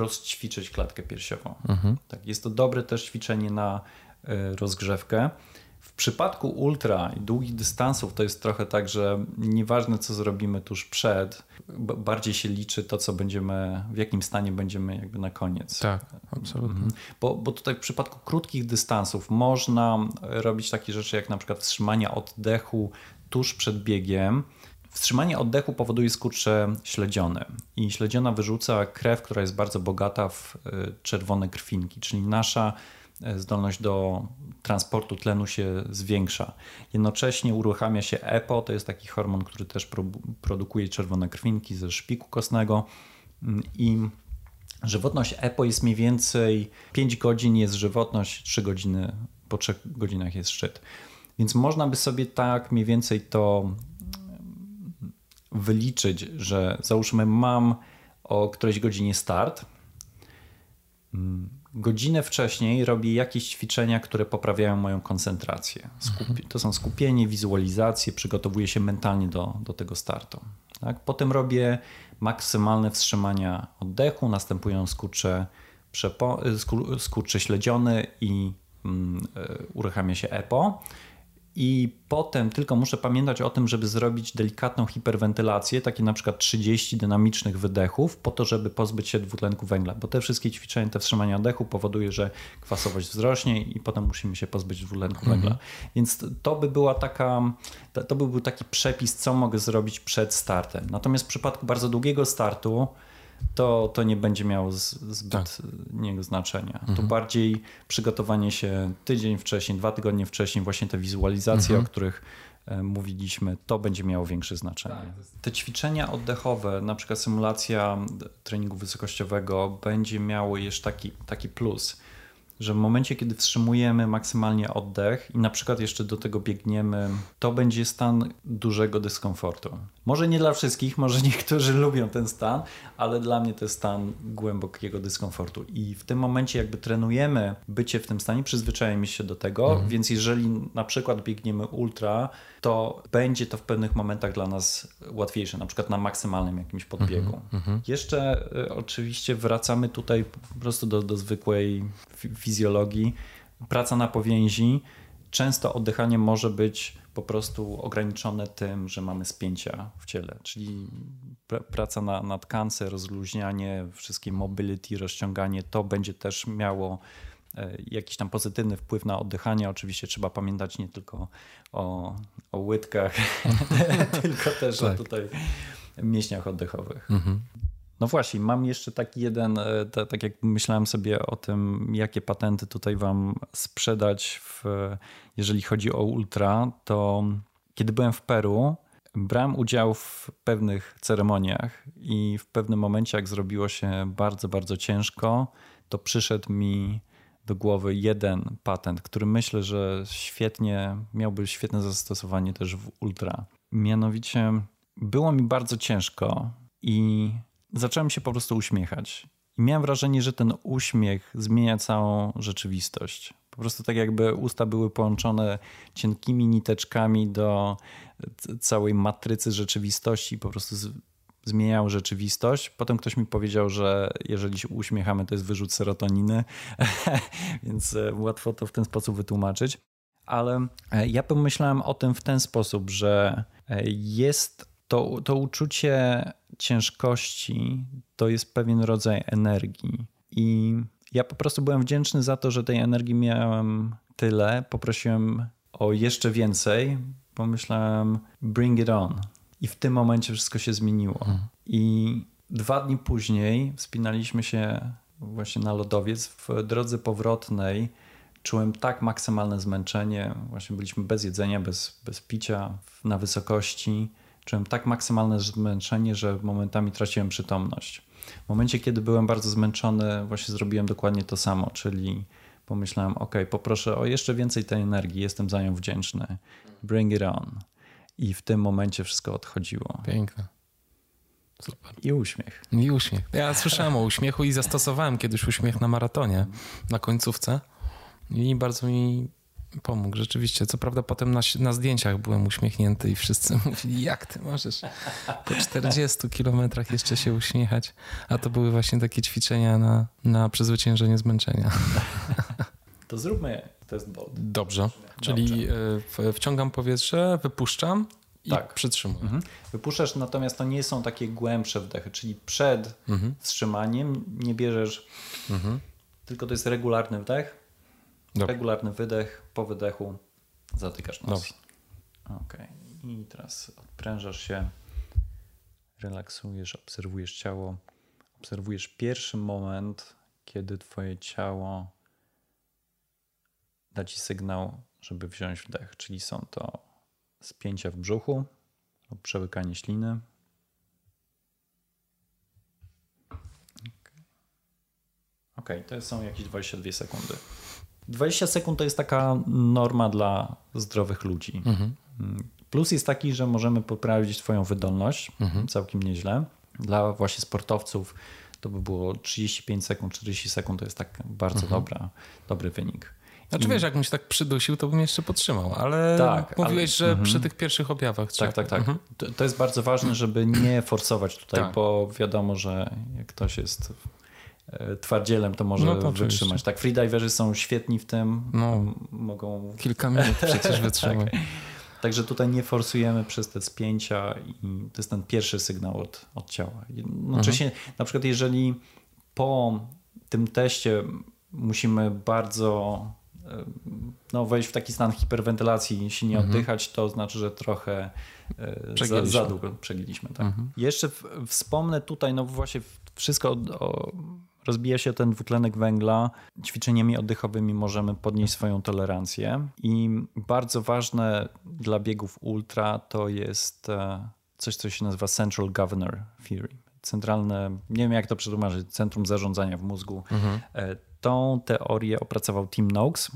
A: rozćwiczyć klatkę piersiową. Mhm. Tak, jest to dobre też ćwiczenie na rozgrzewkę. W przypadku ultra i długich dystansów to jest trochę tak, że nieważne co zrobimy tuż przed, bardziej się liczy to, co będziemy, w jakim stanie będziemy jakby na koniec.
B: Tak, absolutnie.
A: Bo, bo tutaj w przypadku krótkich dystansów można robić takie rzeczy jak na przykład wstrzymanie oddechu tuż przed biegiem. Wstrzymanie oddechu powoduje skurcze śledzione i śledziona wyrzuca krew, która jest bardzo bogata w czerwone krwinki, czyli nasza zdolność do transportu tlenu się zwiększa. Jednocześnie uruchamia się E P O, to jest taki hormon, który też pro, produkuje czerwone krwinki ze szpiku kostnego i żywotność E P O jest mniej więcej pięć godzin jest żywotność, trzy godziny, po trzech godzinach jest szczyt. Więc można by sobie tak mniej więcej to wyliczyć, że załóżmy mam o którejś godzinie start, godzinę wcześniej robię jakieś ćwiczenia, które poprawiają moją koncentrację. Skupi- to są skupienie, wizualizacje, przygotowuję się mentalnie do, do tego startu. Tak? Potem robię maksymalne wstrzymania oddechu, następują skurcze, przepo- skur- skurcze śledziony i mm, uruchamia się E P O. I potem tylko muszę pamiętać o tym, żeby zrobić delikatną hiperwentylację, takie na przykład trzydzieści dynamicznych wydechów, po to, żeby pozbyć się dwutlenku węgla, bo te wszystkie ćwiczenia, te wstrzymania oddechu powoduje, że kwasowość wzrośnie i potem musimy się pozbyć dwutlenku mhm. węgla. Więc to by była taka, to by był taki przepis, co mogę zrobić przed startem. Natomiast w przypadku bardzo długiego startu to, to nie będzie miało zbyt tak. niego znaczenia. Mhm. To bardziej przygotowanie się tydzień wcześniej, dwa tygodnie wcześniej, właśnie te wizualizacje, mhm. o których e, mówiliśmy, to będzie miało większe znaczenie. Tak. Te ćwiczenia oddechowe, na przykład symulacja treningu wysokościowego będzie miało jeszcze taki, taki plus, że w momencie, kiedy wstrzymujemy maksymalnie oddech i na przykład jeszcze do tego biegniemy, to będzie stan dużego dyskomfortu. Może nie dla wszystkich, może niektórzy lubią ten stan, ale dla mnie to jest stan głębokiego dyskomfortu. I w tym momencie jakby trenujemy bycie w tym stanie, przyzwyczajamy się do tego, mhm. więc jeżeli na przykład biegniemy ultra, to będzie to w pewnych momentach dla nas łatwiejsze, na przykład na maksymalnym jakimś podbiegu. Mhm. Jeszcze y, oczywiście wracamy tutaj po prostu do, do zwykłej f- fizjologii. Praca na powięzi. Często oddychanie może być po prostu ograniczone tym, że mamy spięcia w ciele, czyli pr- praca na, na tkance, rozluźnianie, wszystkie mobility, rozciąganie, to będzie też miało jakiś tam pozytywny wpływ na oddychanie. Oczywiście trzeba pamiętać nie tylko o, o łydkach, tylko też tak. o tutaj mięśniach oddechowych. Mhm. No właśnie, mam jeszcze taki jeden, t- tak jak myślałem sobie o tym, jakie patenty tutaj wam sprzedać, w, jeżeli chodzi o ultra, to kiedy byłem w Peru, brałem udział w pewnych ceremoniach i w pewnym momencie, jak zrobiło się bardzo, bardzo ciężko, to przyszedł mi do głowy jeden patent, który myślę, że świetnie miałby świetne zastosowanie też w ultra. Mianowicie było mi bardzo ciężko i zacząłem się po prostu uśmiechać. I miałem wrażenie, że ten uśmiech zmienia całą rzeczywistość. Po prostu tak jakby usta były połączone cienkimi niteczkami do całej matrycy rzeczywistości i po prostu z zmieniały rzeczywistość. Potem ktoś mi powiedział, że jeżeli się uśmiechamy, to jest wyrzut serotoniny, więc łatwo to w ten sposób wytłumaczyć. Ale ja pomyślałem o tym w ten sposób, że jest to, to uczucie ciężkości, to jest pewien rodzaj energii. I ja po prostu byłem wdzięczny za to, że tej energii miałem tyle. Poprosiłem o jeszcze więcej. Pomyślałem, bring it on. I w tym momencie wszystko się zmieniło. Hmm. I dwa dni później wspinaliśmy się właśnie na lodowiec. W drodze powrotnej czułem tak maksymalne zmęczenie. Właśnie byliśmy bez jedzenia, bez, bez picia, na wysokości. Czułem tak maksymalne zmęczenie, że momentami traciłem przytomność. W momencie, kiedy byłem bardzo zmęczony, właśnie zrobiłem dokładnie to samo, czyli pomyślałem, ok, poproszę o jeszcze więcej tej energii, jestem za nią wdzięczny. Bring it on. I w tym momencie wszystko odchodziło.
B: Piękne. Super.
A: I uśmiech.
B: I uśmiech. Ja słyszałem o uśmiechu i zastosowałem kiedyś uśmiech na maratonie, na końcówce i bardzo mi pomógł. Rzeczywiście. Co prawda potem na, na zdjęciach byłem uśmiechnięty i wszyscy mówili, jak ty możesz po czterdziestu kilometrach jeszcze się uśmiechać. A to były właśnie takie ćwiczenia na, na przezwyciężenie zmęczenia.
A: To zróbmy To jest bold.
B: Dobrze. Czyli Dobrze. wciągam powietrze, wypuszczam i tak. przytrzymuję.
A: Mhm. Wypuszczasz, natomiast to nie są takie głębsze wdechy, czyli przed mhm. wstrzymaniem nie bierzesz, mhm. tylko to jest regularny wdech, Dobrze. regularny wydech, po wydechu zatykasz nos. Dobrze. Okej. Okay. I teraz odprężasz się, relaksujesz, obserwujesz ciało, obserwujesz pierwszy moment, kiedy twoje ciało da ci sygnał, żeby wziąć wdech, czyli są to spięcia w brzuchu lub przełykanie śliny. Ok, to są jakieś dwadzieścia dwie sekundy. dwadzieścia sekund to jest taka norma dla zdrowych ludzi. Mhm. Plus jest taki, że możemy poprawić twoją wydolność mhm. całkiem nieźle. Dla właśnie sportowców to by było trzydzieści pięć sekund, czterdzieści sekund to jest tak bardzo mhm. dobra, dobry wynik.
B: Znaczy I... wiesz, jakbym się tak przydusił, to bym jeszcze podtrzymał, ale tak, mówiłeś, ale... że przy tych pierwszych objawach trzeba...
A: Tak, tak, tak. Mhm. To, to jest bardzo ważne, żeby nie forsować tutaj, tak. bo wiadomo, że jak ktoś jest twardzielem, to może no to wytrzymać. Tak, freediverzy są świetni w tym. No, mogą...
B: Kilka minut przecież wytrzymać.
A: tak. Także tutaj nie forsujemy przez te spięcia i to jest ten pierwszy sygnał od, od ciała. Jednocześnie mhm. na przykład jeżeli po tym teście musimy bardzo no, wejść w taki stan hiperwentylacji i się nie mhm. oddychać, to znaczy, że trochę za, za długo przegięliśmy. Tak. Mhm. Jeszcze w, wspomnę tutaj, no właśnie wszystko o, rozbija się ten dwutlenek węgla. Ćwiczeniami oddechowymi możemy podnieść swoją tolerancję i bardzo ważne dla biegów ultra to jest coś, co się nazywa Central Governor Theory. Centralne, nie wiem jak to przetłumaczyć, centrum zarządzania w mózgu. Mhm. Tą teorię opracował Tim Noakes,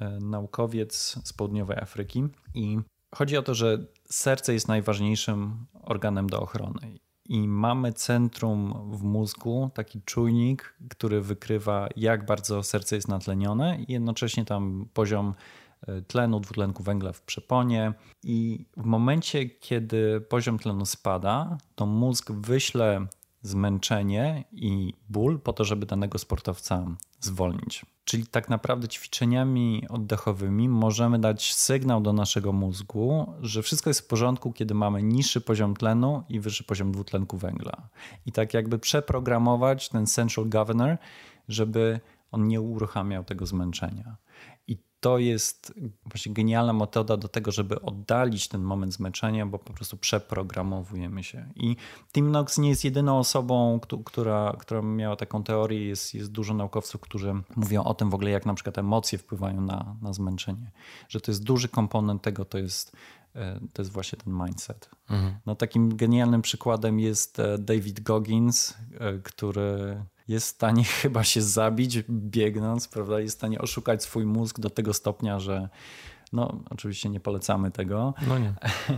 A: naukowiec z południowej Afryki i chodzi o to, że serce jest najważniejszym organem do ochrony. I mamy centrum w mózgu, taki czujnik, który wykrywa, jak bardzo serce jest natlenione i jednocześnie tam poziom tlenu, dwutlenku węgla w przeponie. I w momencie, kiedy poziom tlenu spada, to mózg wyśle zmęczenie i ból po to, żeby danego sportowca zwolnić. Czyli tak naprawdę ćwiczeniami oddechowymi możemy dać sygnał do naszego mózgu, że wszystko jest w porządku, kiedy mamy niższy poziom tlenu i wyższy poziom dwutlenku węgla. I tak jakby przeprogramować ten Central Governor, żeby on nie uruchamiał tego zmęczenia. I to jest właśnie genialna metoda do tego, żeby oddalić ten moment zmęczenia, bo po prostu przeprogramowujemy się. I Tim Noakes nie jest jedyną osobą, która, która miała taką teorię. Jest, jest dużo naukowców, którzy mówią o tym w ogóle, jak na przykład emocje wpływają na, na zmęczenie. Że to jest duży komponent tego, to jest, to jest właśnie ten mindset. Mhm. No, takim genialnym przykładem jest David Goggins, który... jest w stanie chyba się zabić biegnąc, prawda? Jest w stanie oszukać swój mózg do tego stopnia, że no oczywiście nie polecamy tego.
B: No nie.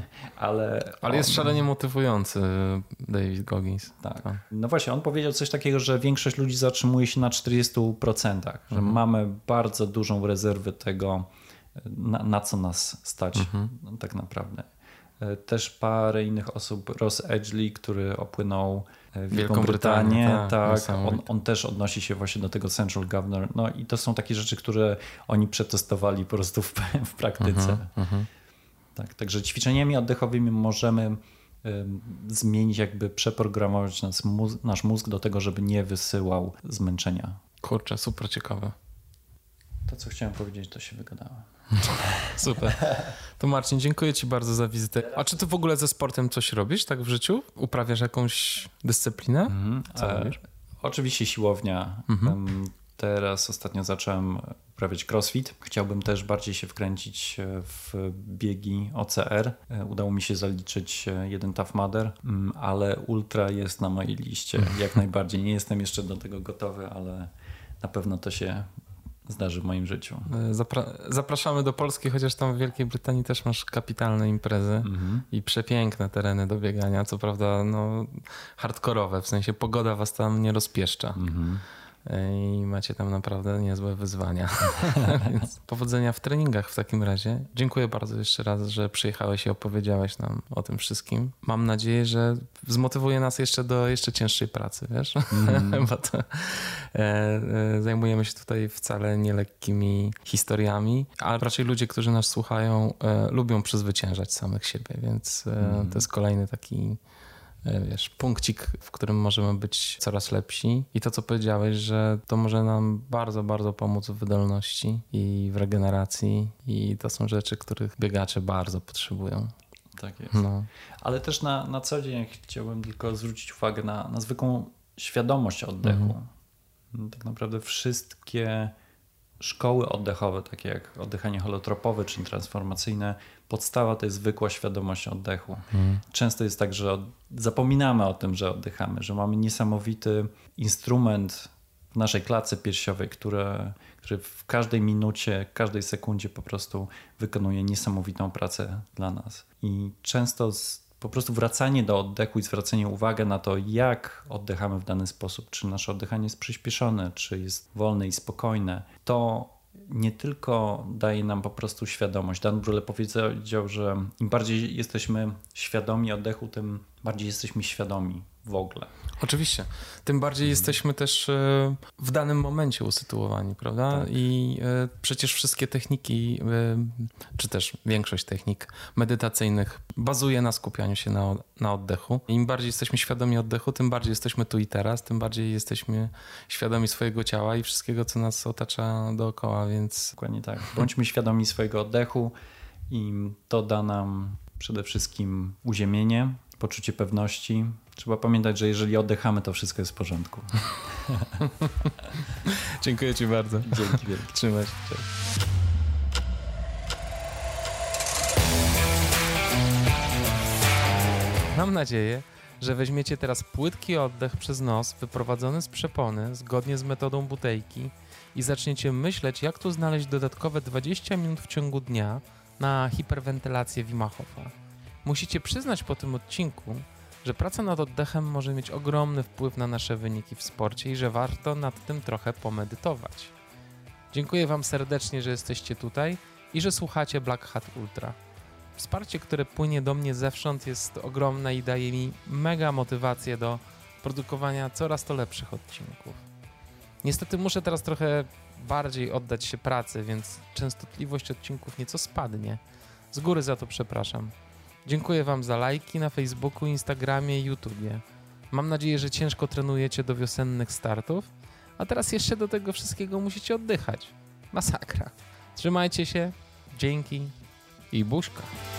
A: ale,
B: ale on... jest szalenie motywujący David Goggins.
A: Tak. tak. No właśnie, on powiedział coś takiego, że większość ludzi zatrzymuje się na czterdziestu procentach, mhm. że mamy bardzo dużą rezerwę tego, na, na co nas stać mhm. no, tak naprawdę. Też parę innych osób, Ross Edgley, który opłynął Wielką, Wielką Brytanię, Brytanię tak, tak on, on też odnosi się właśnie do tego Central Governor. No i to są takie rzeczy, które oni przetestowali po prostu w, w praktyce. Uh-huh, uh-huh. Tak, także ćwiczeniami oddechowymi możemy um, zmienić, jakby przeprogramować nas, mózg, nasz mózg do tego, żeby nie wysyłał zmęczenia.
B: Kurczę, super ciekawe.
A: To, co chciałem powiedzieć, to się wygadało.
B: Super. To Marcin, dziękuję ci bardzo za wizytę. A czy ty w ogóle ze sportem coś robisz tak w życiu? Uprawiasz jakąś dyscyplinę? Mhm. Co e, robisz?
A: Oczywiście siłownia. Mhm. Teraz ostatnio zacząłem uprawiać crossfit. Chciałbym też bardziej się wkręcić w biegi O C R. Udało mi się zaliczyć jeden Tough Mudder, ale ultra jest na mojej liście jak najbardziej. Nie jestem jeszcze do tego gotowy, ale na pewno to się zdarzy w moim życiu.
B: Zapra- zapraszamy do Polski, chociaż tam w Wielkiej Brytanii też masz kapitalne imprezy mm-hmm. i przepiękne tereny do biegania. Co prawda no, hardkorowe, w sensie pogoda was tam nie rozpieszcza. Mm-hmm. i macie tam naprawdę niezłe wyzwania. Więc powodzenia w treningach w takim razie. Dziękuję bardzo jeszcze raz, że przyjechałeś i opowiedziałeś nam o tym wszystkim. Mam nadzieję, że zmotywuje nas jeszcze do jeszcze cięższej pracy, wiesz? Mm. Bo to, e, e, zajmujemy się tutaj wcale nielekkimi historiami, a raczej ludzie, którzy nas słuchają, e, lubią przezwyciężać samych siebie, więc e, mm. to jest kolejny taki wiesz, punkcik, w którym możemy być coraz lepsi. I to, co powiedziałeś, że to może nam bardzo, bardzo pomóc w wydolności i w regeneracji i to są rzeczy, których biegacze bardzo potrzebują.
A: Tak jest.
B: No. Ale
A: też na, na co dzień chciałbym tylko zwrócić uwagę na, na zwykłą świadomość oddechu. Mhm. Tak naprawdę wszystkie szkoły oddechowe, takie jak oddychanie holotropowe czy transformacyjne, podstawa to jest zwykła świadomość oddechu. Hmm. Często jest tak, że zapominamy o tym, że oddychamy, że mamy niesamowity instrument w naszej klatce piersiowej, który, który w każdej minucie, każdej sekundzie po prostu wykonuje niesamowitą pracę dla nas. I często z, po prostu wracanie do oddechu i zwracanie uwagi na to, jak oddychamy w dany sposób, czy nasze oddychanie jest przyspieszone, czy jest wolne i spokojne, to nie tylko daje nam po prostu świadomość. Dan Brule powiedział, że im bardziej jesteśmy świadomi oddechu, tym bardziej jesteśmy świadomi w ogóle.
B: Oczywiście. Tym bardziej jesteśmy też w danym momencie usytuowani, prawda? Tak. I przecież wszystkie techniki, czy też większość technik medytacyjnych bazuje na skupianiu się na, na oddechu. Im bardziej jesteśmy świadomi oddechu, tym bardziej jesteśmy tu i teraz, tym bardziej jesteśmy świadomi swojego ciała i wszystkiego, co nas otacza dookoła, więc...
A: Dokładnie tak. Bądźmy świadomi swojego oddechu i to da nam przede wszystkim uziemienie, poczucie pewności. Trzeba pamiętać, że jeżeli oddychamy, to wszystko jest w porządku.
B: Dziękuję ci bardzo.
A: Dzięki wielkie.
B: Trzymaj się. Cześć. Mam nadzieję, że weźmiecie teraz płytki oddech przez nos wyprowadzony z przepony zgodnie z metodą Buteyki i zaczniecie myśleć, jak tu znaleźć dodatkowe dwadzieścia minut w ciągu dnia na hiperwentylację Wima Hofa. Musicie przyznać po tym odcinku, że praca nad oddechem może mieć ogromny wpływ na nasze wyniki w sporcie i że warto nad tym trochę pomedytować. Dziękuję Wam serdecznie, że jesteście tutaj i że słuchacie Black Hat Ultra. Wsparcie, które płynie do mnie zewsząd, jest ogromne i daje mi mega motywację do produkowania coraz to lepszych odcinków. Niestety muszę teraz trochę bardziej oddać się pracy, więc częstotliwość odcinków nieco spadnie. Z góry za to przepraszam. Dziękuję Wam za lajki na Facebooku, Instagramie i YouTubie. Mam nadzieję, że ciężko trenujecie do wiosennych startów, a teraz jeszcze do tego wszystkiego musicie oddychać. Masakra. Trzymajcie się, dzięki i buźka.